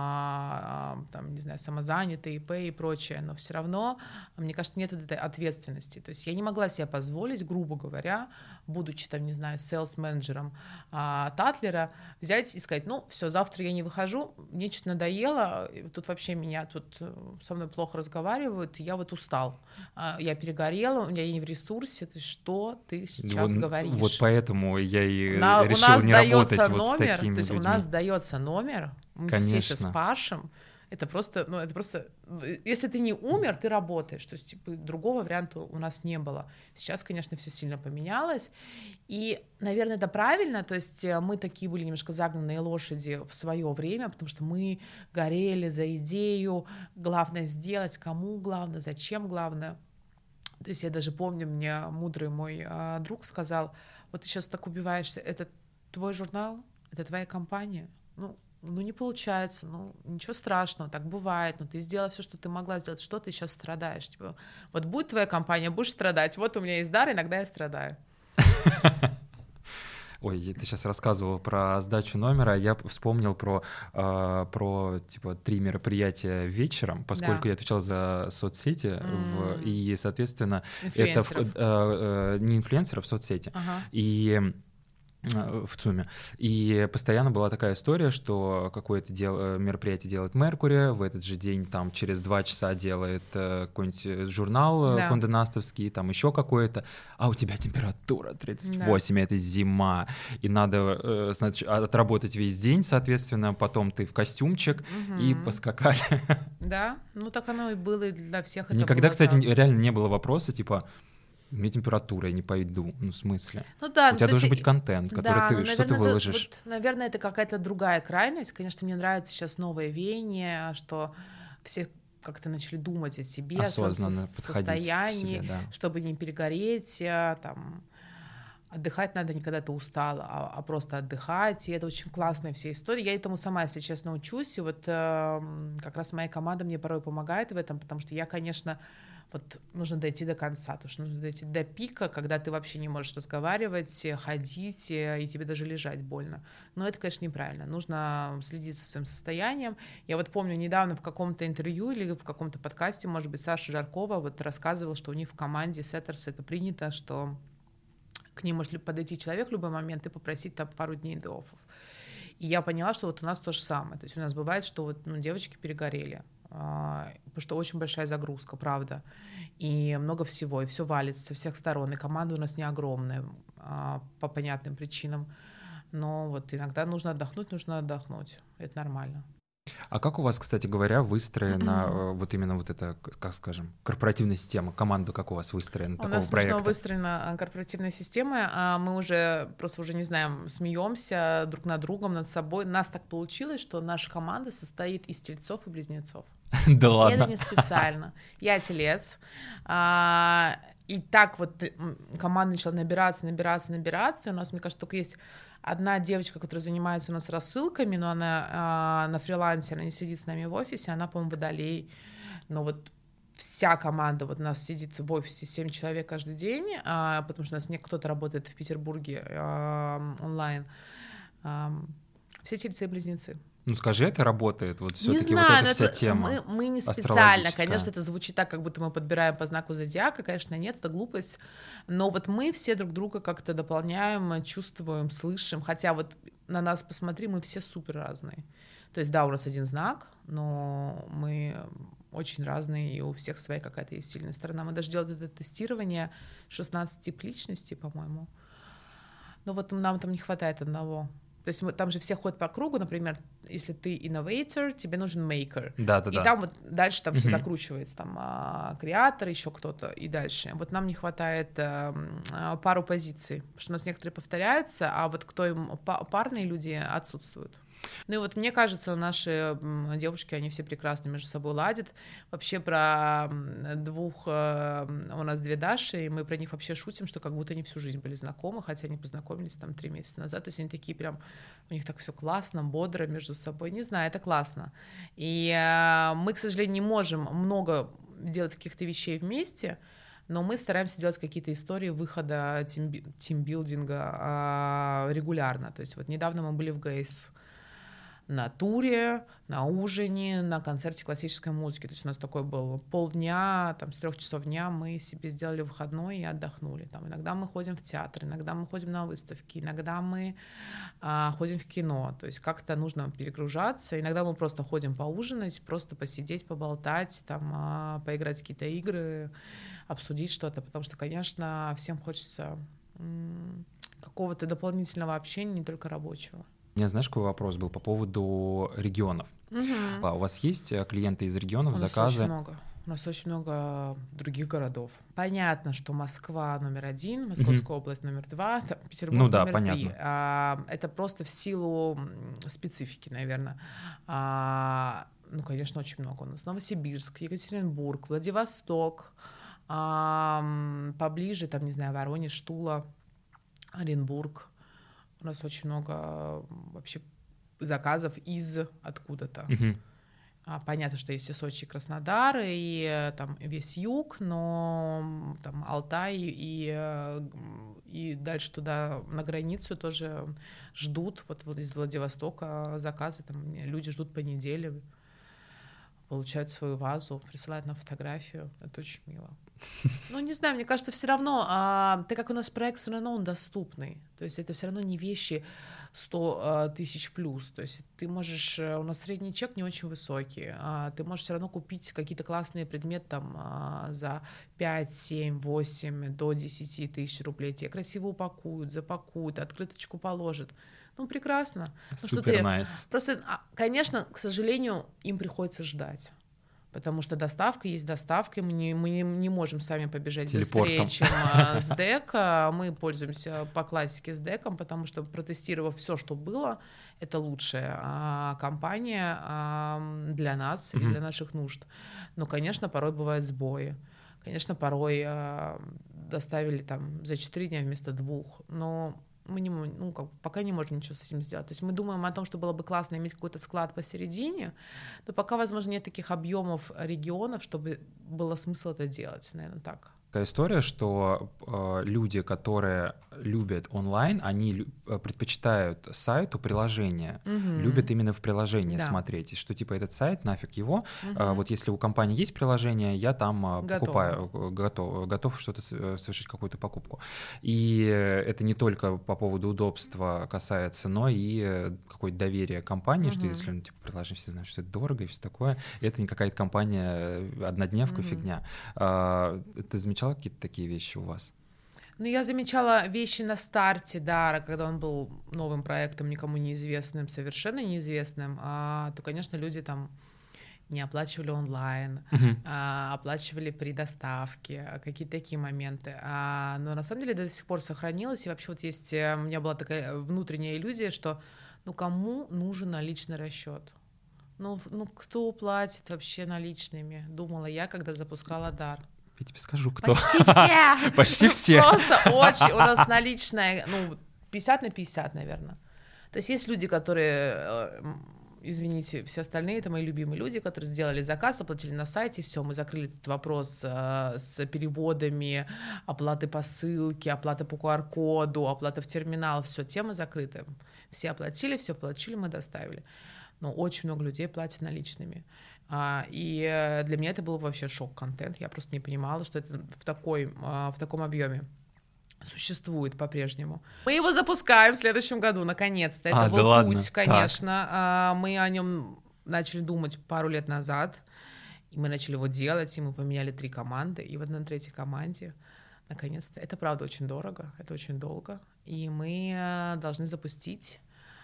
там, не знаю, самозанятые, ИП и прочее, но все равно, мне кажется, нет этой ответственности. То есть я не могла себе позволить, грубо говоря, будучи там, не знаю, селс-менеджером Татлера, взять и сказать, ну, все, завтра я не выхожу, мне что-то надоело, тут вообще меня тут со мной плохо разговаривают, я вот устал, я перегорела, у меня я не в ресурсе, то есть что ты сейчас говоришь? Вот поэтому я и решил не работать вот с такими людьми. У нас дается номер, мы Конечно. все сейчас пашем, это просто, если ты не умер, ты работаешь, то есть типа, другого варианта у нас не было. Сейчас, конечно, все сильно поменялось, и, наверное, это правильно, то есть мы такие были немножко загнанные лошади в свое время, потому что мы горели за идею, главное сделать, кому главное, зачем главное. То есть я даже помню, мне мудрый мой друг сказал, вот ты сейчас так убиваешься, это твой журнал, это твоя компания, ну, не получается, ну, ничего страшного, так бывает, но ты сделала все, что ты могла сделать, что ты сейчас страдаешь, типа, вот будет твоя компания, будешь страдать, вот у меня есть дар, иногда я страдаю. Ой, ты сейчас рассказывала про сдачу номера, я вспомнил про типа 3 мероприятия вечером, поскольку я отвечал за соцсети, и, соответственно, это не инфлюенсеров, соцсети, и в ЦУМе. И постоянно была такая история, что какое-то мероприятие делает Меркурий, в этот же день там через 2 часа делает какой-нибудь журнал Конде-Настовский, там еще какой-то, а у тебя температура 38, это зима, и надо отработать весь день, соответственно, потом ты в костюмчик, и поскакали. Да, ну так оно и было, и для всех это никогда, было кстати, так. Реально не было вопроса, типа, у меня температура, я не пойду. Ну, в смысле? Ну, да, у тебя должен быть контент, который что ты выложишь. Наверное, это какая-то другая крайность. Конечно, мне нравится сейчас новое веяние, что все как-то начали думать о себе, осознанно о своем состоянии, себе, да. чтобы не перегореть, там, отдыхать надо не когда ты устала, а просто отдыхать, и это очень классная вся история. Я этому сама, если честно, учусь, и вот как раз моя команда мне порой помогает в этом, потому что я, конечно, вот нужно дойти до конца, потому что нужно дойти до пика, когда ты вообще не можешь разговаривать, ходить, и тебе даже лежать больно. Но это, конечно, неправильно. Нужно следить за своим состоянием. Я вот помню, недавно в каком-то интервью или в каком-то подкасте, может быть, Саша Жаркова вот рассказывала, что у них в команде Сеттерс это принято, что к ней может подойти человек в любой момент и попросить там пару дней дэ-оффов. И я поняла, что вот у нас то же самое. То есть у нас бывает, что вот, девочки перегорели, потому что очень большая загрузка, правда. И много всего, и все валится со всех сторон. И команда у нас не огромная по понятным причинам. Но вот иногда нужно отдохнуть. Это нормально. А как у вас, кстати говоря, выстроена вот именно вот эта, как скажем, корпоративная система, команда как у вас выстроена такого проекта? У нас смешно выстроена корпоративная система, мы уже не знаем, смеемся друг над другом, над собой. Нас так получилось, что наша команда состоит из тельцов и близнецов. Да ладно? И это не специально. Я телец. И так вот команда начала набираться. У нас, мне кажется, только есть одна девочка, которая занимается у нас рассылками, но она на фрилансе, она не сидит с нами в офисе, она, по-моему, водолей. Но вот вся команда, вот у нас сидит в офисе 7 человек каждый день, потому что у нас кто-то работает в Петербурге онлайн. Все тельцы и близнецы. Ну скажи, это работает, вот все-таки не знаю, вот эта вся тема. Мы не специально, конечно, это звучит так, как будто мы подбираем по знаку зодиака, конечно, нет, это глупость, но вот мы все друг друга как-то дополняем, чувствуем, слышим, хотя вот на нас посмотри, мы все супер разные. То есть да, у нас один знак, но мы очень разные, и у всех своя какая-то есть сильная сторона. Мы даже делали это тестирование 16 тип личностей, по-моему, но вот нам там не хватает одного. То есть там же все ходят по кругу, например, если ты innovator, тебе нужен maker. Да. И там вот дальше там все закручивается, там креатор, еще кто-то, и дальше. Вот нам не хватает пару позиций, потому что у нас некоторые повторяются, а вот кто им парные люди отсутствуют. Ну и вот мне кажется, наши девушки, они все прекрасно между собой ладят. Вообще про у нас 2 Даши, и мы про них вообще шутим, что как будто они всю жизнь были знакомы, хотя они познакомились там 3 месяца назад. То есть они такие прям, у них так все классно, бодро между собой. Не знаю, это классно. И мы, к сожалению, не можем много делать каких-то вещей вместе, но мы стараемся делать какие-то истории выхода тимбилдинга регулярно. То есть вот недавно мы были в Гейс на туре, на ужине, на концерте классической музыки. То есть у нас такой был полдня, там, с 3 часов дня мы себе сделали выходной и отдохнули. Там, иногда мы ходим в театр, иногда мы ходим на выставки, иногда мы ходим в кино. То есть как-то нужно перегружаться. Иногда мы просто ходим поужинать, просто посидеть, поболтать, там, поиграть в какие-то игры, обсудить что-то. Потому что, конечно, всем хочется какого-то дополнительного общения, не только рабочего. У меня, знаешь, какой вопрос был по поводу регионов. У вас есть клиенты из регионов, заказы? У нас очень много других городов. Понятно, что Москва номер 1, Московская область номер 2, Петербург номер 3. Понятно. Это просто в силу специфики, наверное. Конечно, очень много у нас. Новосибирск, Екатеринбург, Владивосток, поближе, там, не знаю, Воронеж, Тула, Оренбург. У нас очень много вообще заказов из откуда-то. Понятно, что есть и Сочи, и Краснодар, и там весь юг, но там Алтай и дальше туда на границу тоже ждут. Вот из Владивостока заказы, там люди ждут по неделе, получают свою вазу, присылают на фотографию. Это очень мило. Не знаю, мне кажется, все равно, так как у нас проект, все равно он доступный. То есть это все равно не вещи 100 тысяч плюс. То есть ты можешь, у нас средний чек не очень высокий, ты можешь все равно купить какие-то классные предметы там за 5, 7, 8, до 10 тысяч рублей. Тебе красиво упакуют, запакуют, открыточку положат. Прекрасно. Супер найс. Просто, конечно, к сожалению, им приходится ждать. Потому что доставка есть доставка, мы не можем сами побежать быстрее, чем с ДЭК. Мы пользуемся по классике с ДЭКом, потому что, протестировав все, что было, это лучшая компания для нас и для наших нужд. Но, конечно, порой бывают сбои. Конечно, порой доставили там за 4 дня вместо 2, но мы пока не можем ничего с этим сделать. То есть мы думаем о том, что было бы классно иметь какой-то склад посередине, но пока, возможно, нет таких объемов регионов, чтобы было смысл это делать, наверное, так. такая история, что люди, которые любят онлайн, они предпочитают сайту приложение, любят именно в приложении смотреть, и что типа этот сайт, нафиг его, вот если у компании есть приложение, я там покупаю, готов что-то совершить, какую-то покупку. И это не только по поводу удобства касается, но и какое-то доверие компании, что если типа, приложение, все знают, что это дорого и все такое, это не какая-то компания, однодневка, фигня. Ты замечала какие-то такие вещи у вас? Ну, я замечала вещи на старте Дара, когда он был новым проектом, никому неизвестным, совершенно неизвестным, то, конечно, люди там не оплачивали онлайн, оплачивали при доставке, какие-то такие моменты. Но на самом деле до сих пор сохранилось, и вообще вот есть, у меня была такая внутренняя иллюзия, что ну кому нужен наличный расчет? Ну кто платит вообще наличными? Думала я, когда запускала Дар. Я тебе скажу, кто. Почти все. Почти все. Просто очень. У нас наличная, 50 на 50, наверное. То есть есть люди, которые, извините, все остальные, это мои любимые люди, которые сделали заказ, оплатили на сайте, все, мы закрыли этот вопрос с переводами, оплаты посылки, оплаты по QR-коду, оплата в терминал, все, тема закрыта. Все оплатили, все получили, мы доставили. Но очень много людей платят наличными. И для меня это был вообще шок-контент. Я просто не понимала, что это в таком объеме существует по-прежнему. Мы его запускаем в следующем году, наконец-то. Это был путь, конечно. Мы о нем начали думать пару лет назад, и мы начали его делать, и мы поменяли 3 команды, и вот на 3-й команде, наконец-то, это правда очень дорого, это очень долго, и мы должны запустить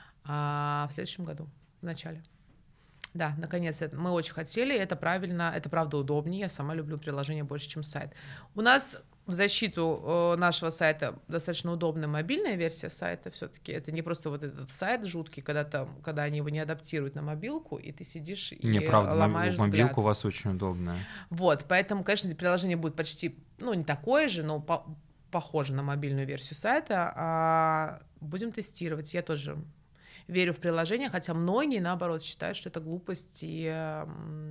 в следующем году, в начале. Да, наконец, мы очень хотели, это правильно, это правда удобнее, я сама люблю приложение больше, чем сайт. У нас в защиту нашего сайта достаточно удобная мобильная версия сайта, все-таки это не просто вот этот сайт жуткий, когда они его не адаптируют на мобилку, и ты сидишь и ломаешь взгляд. Мобилка у вас очень удобная. Вот, поэтому, конечно, приложение будет почти, не такое же, но похоже на мобильную версию сайта, будем тестировать, я тоже верю в приложение, хотя многие, наоборот, считают, что это глупость, и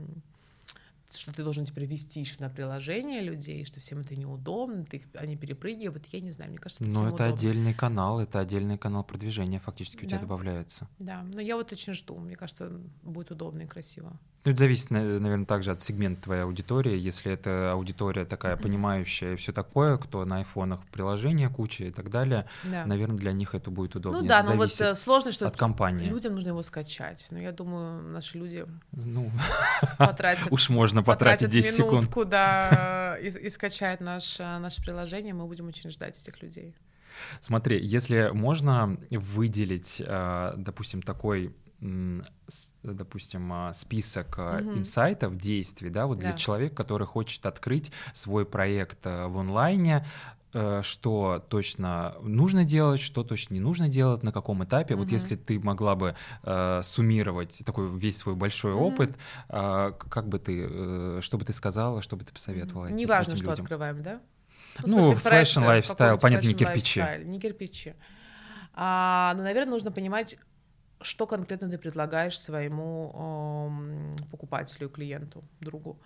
что ты должен теперь вести еще на приложение людей, что всем это неудобно, они перепрыгивают, я не знаю, мне кажется, это всем удобно. Но это отдельный канал продвижения фактически у тебя добавляется. Да, но я вот очень жду, мне кажется, будет удобно и красиво. Это зависит, наверное, также от сегмента твоей аудитории. Если это аудитория такая понимающая и все такое, кто на айфонах приложения куча и так далее, наверное, для них это будет удобнее. Ну да, но вот сложно, что от компании. Людям нужно его скачать. Но я думаю, наши люди потратят. Уж можно потратить 10 секунд. минутку, да, и скачают наше приложение, мы будем очень ждать этих людей. Смотри, если можно выделить, допустим, такой список инсайтов, действий, да, вот для человека, который хочет открыть свой проект в онлайне, что точно нужно делать, что точно не нужно делать, на каком этапе. Вот если ты могла бы суммировать такой весь свой большой опыт, как бы ты, что бы ты сказала, что бы ты посоветовала этим людям? Неважно, что открываем, да? Фэшн, лайфстайл, понятно, не кирпичи. Не кирпичи. Но, наверное, нужно понимать, что конкретно ты предлагаешь своему покупателю, клиенту, другу.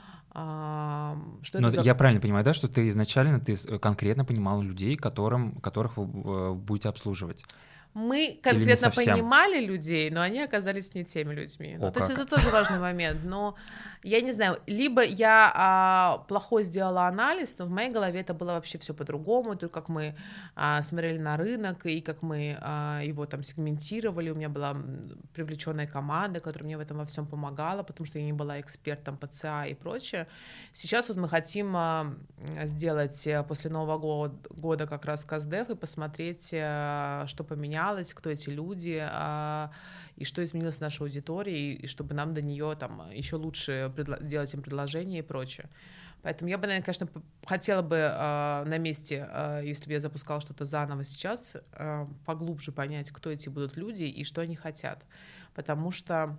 Я правильно понимаю, да, что ты изначально конкретно понимал людей, которых вы будете обслуживать? Мы конкретно понимали людей, но они оказались не теми людьми. То есть это тоже важный момент. Но я не знаю, либо я плохой сделала анализ, но в моей голове это было вообще все по-другому, то, как мы смотрели на рынок и как мы его там сегментировали. У меня была привлеченная команда, которая мне в этом во всем помогала, потому что я не была экспертом по ЦА и прочее. Сейчас вот мы хотим сделать после Нового года как раз КАЗДЕФ и посмотреть, что поменялось, кто эти люди, и что изменилось в нашей аудитории, и чтобы нам до нее там еще лучше делать им предложения и прочее. Поэтому я бы, наверное, конечно, хотела бы на месте, если бы я запускала что-то заново сейчас, поглубже понять, кто эти будут люди и что они хотят. Потому что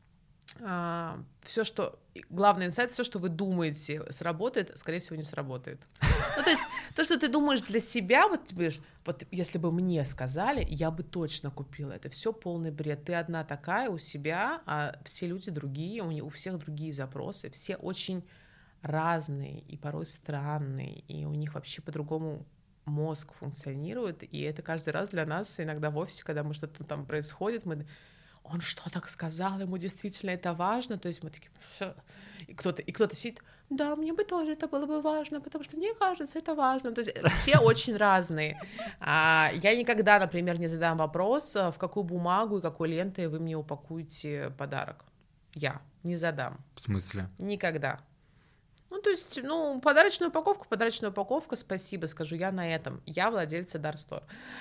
главный инсайт, все, что вы думаете, сработает, скорее всего, не сработает. То есть то, что ты думаешь для себя, вот если бы мне сказали, я бы точно купила. Это все полный бред. Ты одна такая у себя, а все люди другие, у всех другие запросы, все очень разные и порой странные, и у них вообще по-другому мозг функционирует, и это каждый раз для нас иногда в офисе, когда мы что-то там происходит, он что так сказал, ему действительно это важно, то есть мы такие, и кто-то сидит, да, мне бы тоже это было бы важно, потому что мне кажется, это важно, то есть все очень разные. Я никогда, например, не задам вопрос, в какую бумагу и какой лентой вы мне упакуете подарок. Я не задам. В смысле? Никогда. Ну, то есть, подарочная упаковка, спасибо, скажу я на этом. Я владельца Dark Store.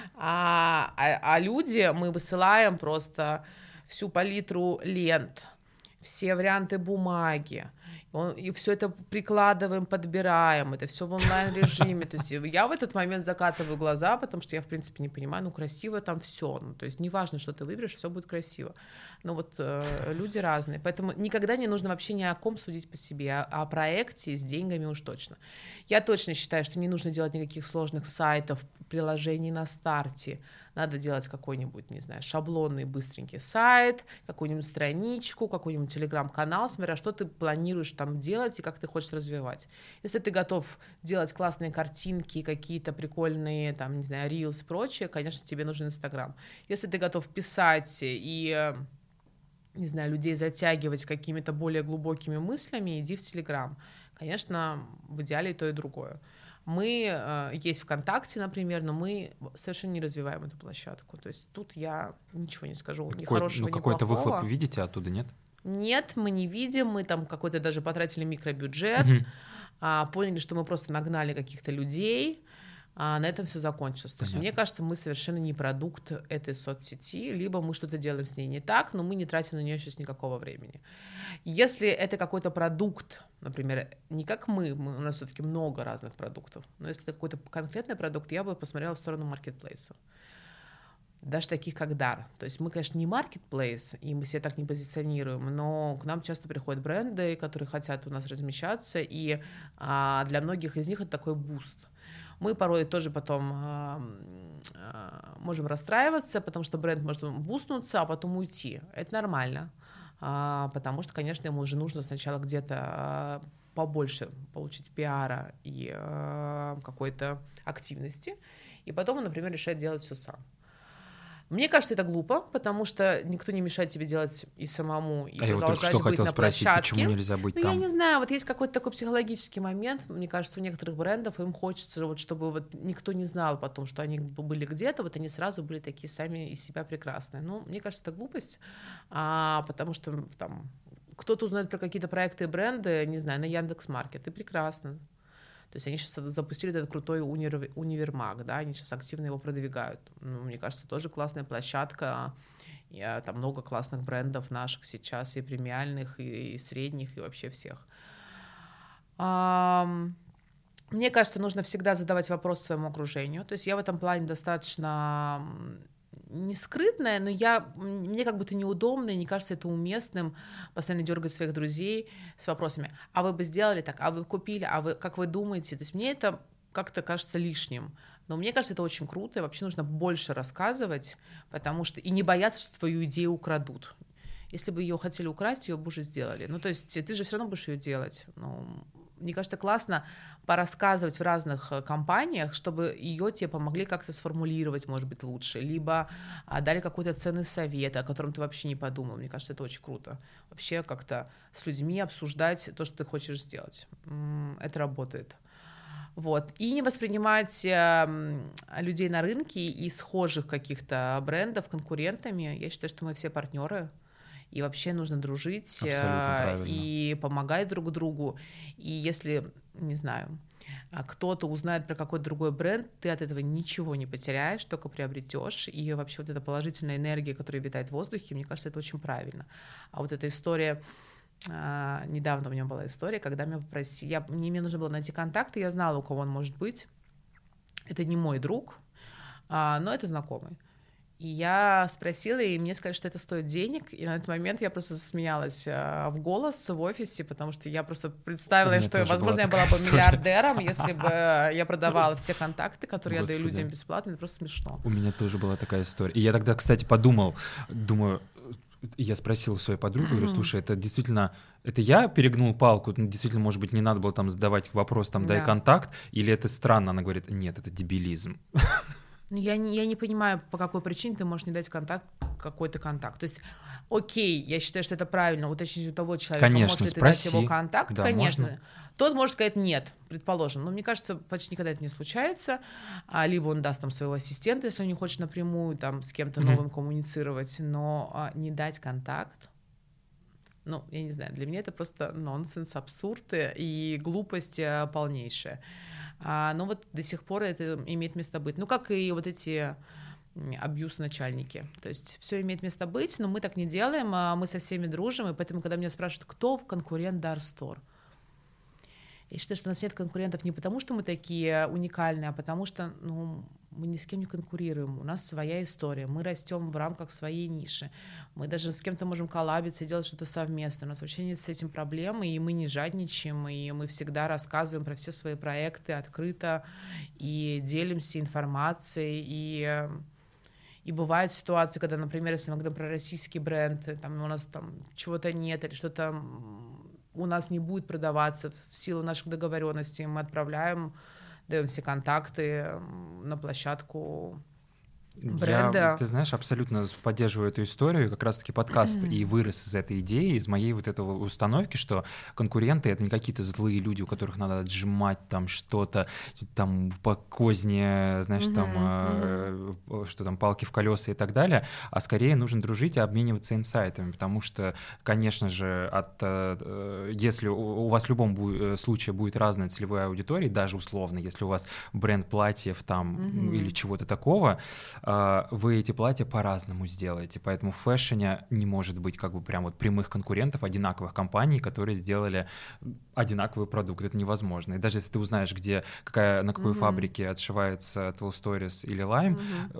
А люди, мы высылаем просто всю палитру лент, все варианты бумаги, и все это прикладываем, подбираем, это все в онлайн-режиме. То есть я в этот момент закатываю глаза, потому что я, в принципе, не понимаю, красиво там все. То есть неважно, что ты выберешь, все будет красиво. Но вот люди разные. Поэтому никогда не нужно вообще ни о ком судить по себе, а о проекте с деньгами уж точно. Я точно считаю, что не нужно делать никаких сложных сайтов, приложений на старте. Надо делать какой-нибудь, не знаю, шаблонный быстренький сайт, какую-нибудь страничку, какой-нибудь телеграм-канал, смотря что ты планируешь там делать и как ты хочешь развивать. Если ты готов делать классные картинки, какие-то прикольные, там, не знаю, рилс и прочее, конечно, тебе нужен Инстаграм. Если ты готов писать и, не знаю, людей затягивать какими-то более глубокими мыслями, иди в Телеграм. Конечно, в идеале и то, и другое. Мы есть ВКонтакте, например, но мы совершенно не развиваем эту площадку. То есть тут я ничего не скажу, ни хорошего, ни плохого. Какой-то выхлоп видите оттуда, нет? Нет, мы не видим, мы там какой-то даже потратили микробюджет, поняли, что мы просто нагнали каких-то людей, а на этом все закончилось. То есть мне кажется, мы совершенно не продукт этой соцсети, либо мы что-то делаем с ней не так, но мы не тратим на нее сейчас никакого времени. Если это какой-то продукт, например, не как у нас все-таки много разных продуктов, но если это какой-то конкретный продукт, я бы посмотрела в сторону маркетплейсов. Даже таких, как Дар. То есть мы, конечно, не маркетплейс, и мы себя так не позиционируем, но к нам часто приходят бренды, которые хотят у нас размещаться, и для многих из них это такой буст. Мы порой тоже потом можем расстраиваться, потому что бренд может бустнуться, а потом уйти. Это нормально, потому что, конечно, ему уже нужно сначала где-то побольше получить пиара и какой-то активности, и потом он, например, решает делать все сам. Мне кажется, это глупо, потому что никто не мешает тебе делать и самому, и продолжать быть на площадке. Почему нельзя быть там? Я не знаю, вот есть какой-то такой психологический момент, мне кажется, у некоторых брендов им хочется, вот, чтобы вот никто не знал потом, что они были где-то, вот они сразу были такие сами из себя прекрасные. Ну, мне кажется, это глупость, потому что там кто-то узнает про какие-то проекты и бренды, не знаю, на Яндекс.Маркет, и прекрасно. То есть они сейчас запустили этот крутой универмаг, да, они сейчас активно его продвигают. Мне кажется, тоже классная площадка. Там много классных брендов наших сейчас, и премиальных, и средних, и вообще всех. Мне кажется, нужно всегда задавать вопрос своему окружению. То есть я в этом плане достаточно не скрытная, но мне как будто неудобно, и не кажется это уместным постоянно дергать своих друзей с вопросами: а вы бы сделали так, а вы купили, а вы как вы думаете? То есть мне это как-то кажется лишним. Но мне кажется, это очень круто, и вообще нужно больше рассказывать, потому что и не бояться, что твою идею украдут. Если бы ее хотели украсть, ее бы уже сделали. Ну, то есть ты же все равно будешь ее делать. Мне кажется, классно порассказывать в разных компаниях, чтобы ее тебе помогли как-то сформулировать, может быть, лучше, либо дали какой-то ценный совет, о котором ты вообще не подумал. Мне кажется, это очень круто. Вообще как-то с людьми обсуждать то, что ты хочешь сделать. Это работает. Вот. И не воспринимать людей на рынке и схожих каких-то брендов конкурентами. Я считаю, что мы все партнеры. И вообще нужно дружить и помогать друг другу. И если, не знаю, кто-то узнает про какой-то другой бренд, ты от этого ничего не потеряешь, только приобретешь. И вообще вот эта положительная энергия, которая витает в воздухе, мне кажется, это очень правильно. А вот эта история, недавно у меня была история, когда меня попросили, мне нужно было найти контакты, я знала, у кого он может быть. Это не мой друг, но это знакомый. И я спросила, и мне сказали, что это стоит денег, и на этот момент я просто засмеялась в голос в офисе, потому что я просто представила, что, возможно, я была бы миллиардером, если бы я продавала все контакты, которые я даю людям бесплатно, это просто смешно. У меня тоже была такая история. И я тогда, кстати, думаю, Я спросил у своей подруги, говорю, слушай, это действительно, это я перегнул палку, действительно, может быть, не надо было там задавать вопрос, там, дай контакт, или это странно? Она говорит, нет, это дебилизм. Я не понимаю, по какой причине ты можешь не дать какой-то контакт. То есть, окей, я считаю, что это правильно, уточнить у того человека, конечно, может ли ты спроси. дать его контакт, да, конечно. Можно. Тот может сказать нет, предположим. Но мне кажется, почти никогда это не случается. Либо он даст там своего ассистента, если он не хочет напрямую там с кем-то новым коммуницировать, но не дать контакт. Ну, я не знаю, для меня это просто нонсенс, абсурд и глупость полнейшая. Но вот до сих пор это имеет место быть. Ну, как и вот эти абьюз-начальники. То есть все имеет место быть, но мы так не делаем, мы со всеми дружим, и поэтому, когда меня спрашивают, кто конкурент Дарстор, я считаю, что у нас нет конкурентов не потому, что мы такие уникальные, а потому что мы ни с кем не конкурируем. У нас своя история. Мы растем в рамках своей ниши. Мы даже с кем-то можем коллабиться и делать что-то совместно. У нас вообще нет с этим проблем, и мы не жадничаем, и мы всегда рассказываем про все свои проекты открыто и делимся информацией. И бывают ситуации, когда, например, если мы говорим про российский бренд, там у нас там чего-то нет или что-то у нас не будет продаваться в силу наших договоренностей, мы отправляем, даем все контакты на площадку бренда. Ты знаешь, абсолютно поддерживаю эту историю. Как раз-таки подкаст и вырос из этой идеи, из моей вот этого установки, что конкуренты — это не какие-то злые люди, у которых надо отжимать там что-то, там по козне, знаешь, там что там, палки в колеса и так далее, а скорее нужно дружить и обмениваться инсайтами, потому что, конечно же, если у вас в любом случае будет разная целевая аудитория, даже условно, если у вас бренд платьев там или чего-то такого, вы эти платья по-разному сделаете, поэтому в фэшне не может быть как бы прям вот прямых конкурентов, одинаковых компаний, которые сделали одинаковый продукт, это невозможно. И даже если ты узнаешь, на какой фабрике отшивается Twill Stories или Lime,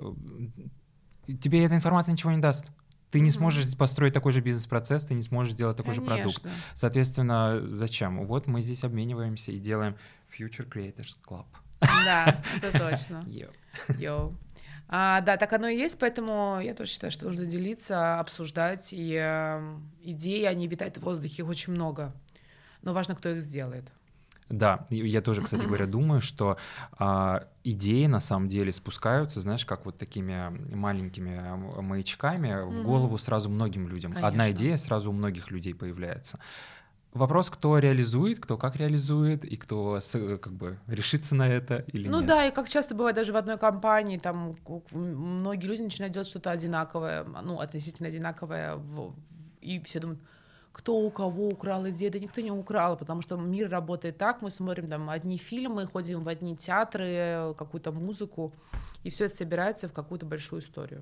тебе эта информация ничего не даст. Ты не сможешь построить такой же бизнес-процесс, ты не сможешь сделать такой же продукт. Соответственно, зачем? Вот мы здесь обмениваемся и делаем Future Creators Club. Да, это точно. Йоу. Да, так оно и есть, поэтому я тоже считаю, что нужно делиться, обсуждать, и идеи, они витают в воздухе, их очень много, но важно, кто их сделает. Да, я тоже, кстати говоря, думаю, что идеи на самом деле спускаются, знаешь, как вот такими маленькими маячками в голову сразу многим людям. Конечно. Одна идея сразу у многих людей появляется. Вопрос, кто реализует, кто как реализует, и кто как бы решится на это или нет. Ну да, и как часто бывает даже в одной компании, там многие люди начинают делать что-то одинаковое, относительно одинаковое, и все думают, кто у кого украл идею, да никто не украл, потому что мир работает так, мы смотрим там одни фильмы, ходим в одни театры, какую-то музыку, и все это собирается в какую-то большую историю.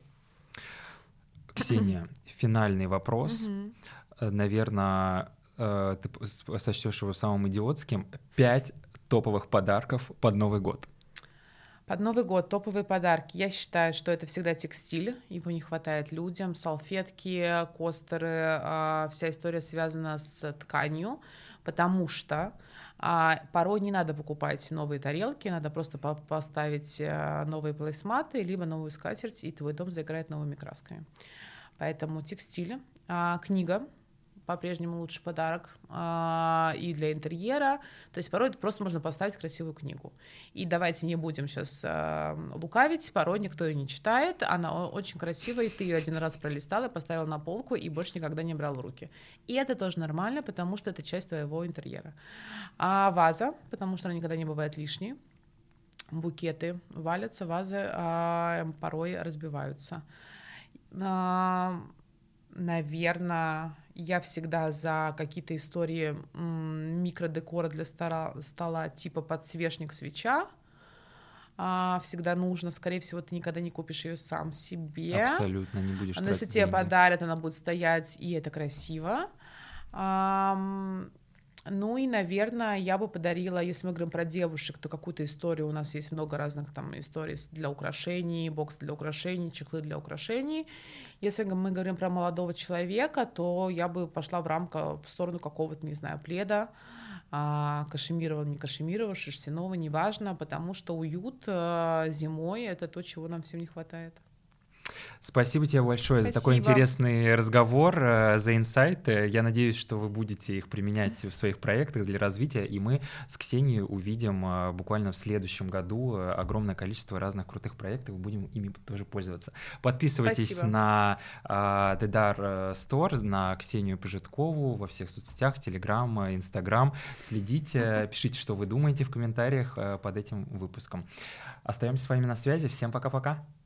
Ксения, финальный вопрос. Наверное, ты сочтешь его самым идиотским. 5 топовых подарков под Новый год. Под Новый год топовые подарки. Я считаю, что это всегда текстиль, его не хватает людям, салфетки, костеры, вся история связана с тканью, потому что порой не надо покупать новые тарелки, надо просто поставить новые плейсматы, либо новую скатерть, и твой дом заиграет новыми красками. Поэтому текстиль, книга, по-прежнему лучший подарок и для интерьера. То есть порой просто можно поставить красивую книгу. И давайте не будем сейчас лукавить, порой никто ее не читает, она очень красивая, и ты ее один раз пролистал и поставил на полку, и больше никогда не брал в руки. И это тоже нормально, потому что это часть твоего интерьера. Ваза, потому что она никогда не бывает лишней. Букеты валятся, вазы порой разбиваются. Наверное, я всегда за какие-то истории микродекора для стола типа подсвечник, свеча. Всегда нужно. Скорее всего, ты никогда не купишь ее сам себе. Абсолютно, не будешь тратить если тебе подарят, она будет стоять, и это красиво. Ну и, наверное, я бы подарила, если мы говорим про девушек, то какую-то историю. У нас есть много разных там историй для украшений, бокс для украшений, чехлы для украшений. Если мы говорим про молодого человека, то я бы пошла в сторону какого-то, не знаю, пледа, кашемирового, не кашемирового, шерстяного, неважно, потому что уют зимой — это то, чего нам всем не хватает. Спасибо тебе большое за такой интересный разговор, за инсайты. Я надеюсь, что вы будете их применять в своих проектах для развития, и мы с Ксенией увидим буквально в следующем году огромное количество разных крутых проектов, будем ими тоже пользоваться. Подписывайтесь на Дедар Store, на Ксению Пожиткову во всех соцсетях, Телеграм, Инстаграм. Следите, пишите, что вы думаете в комментариях под этим выпуском. Остаемся с вами на связи. Всем пока-пока.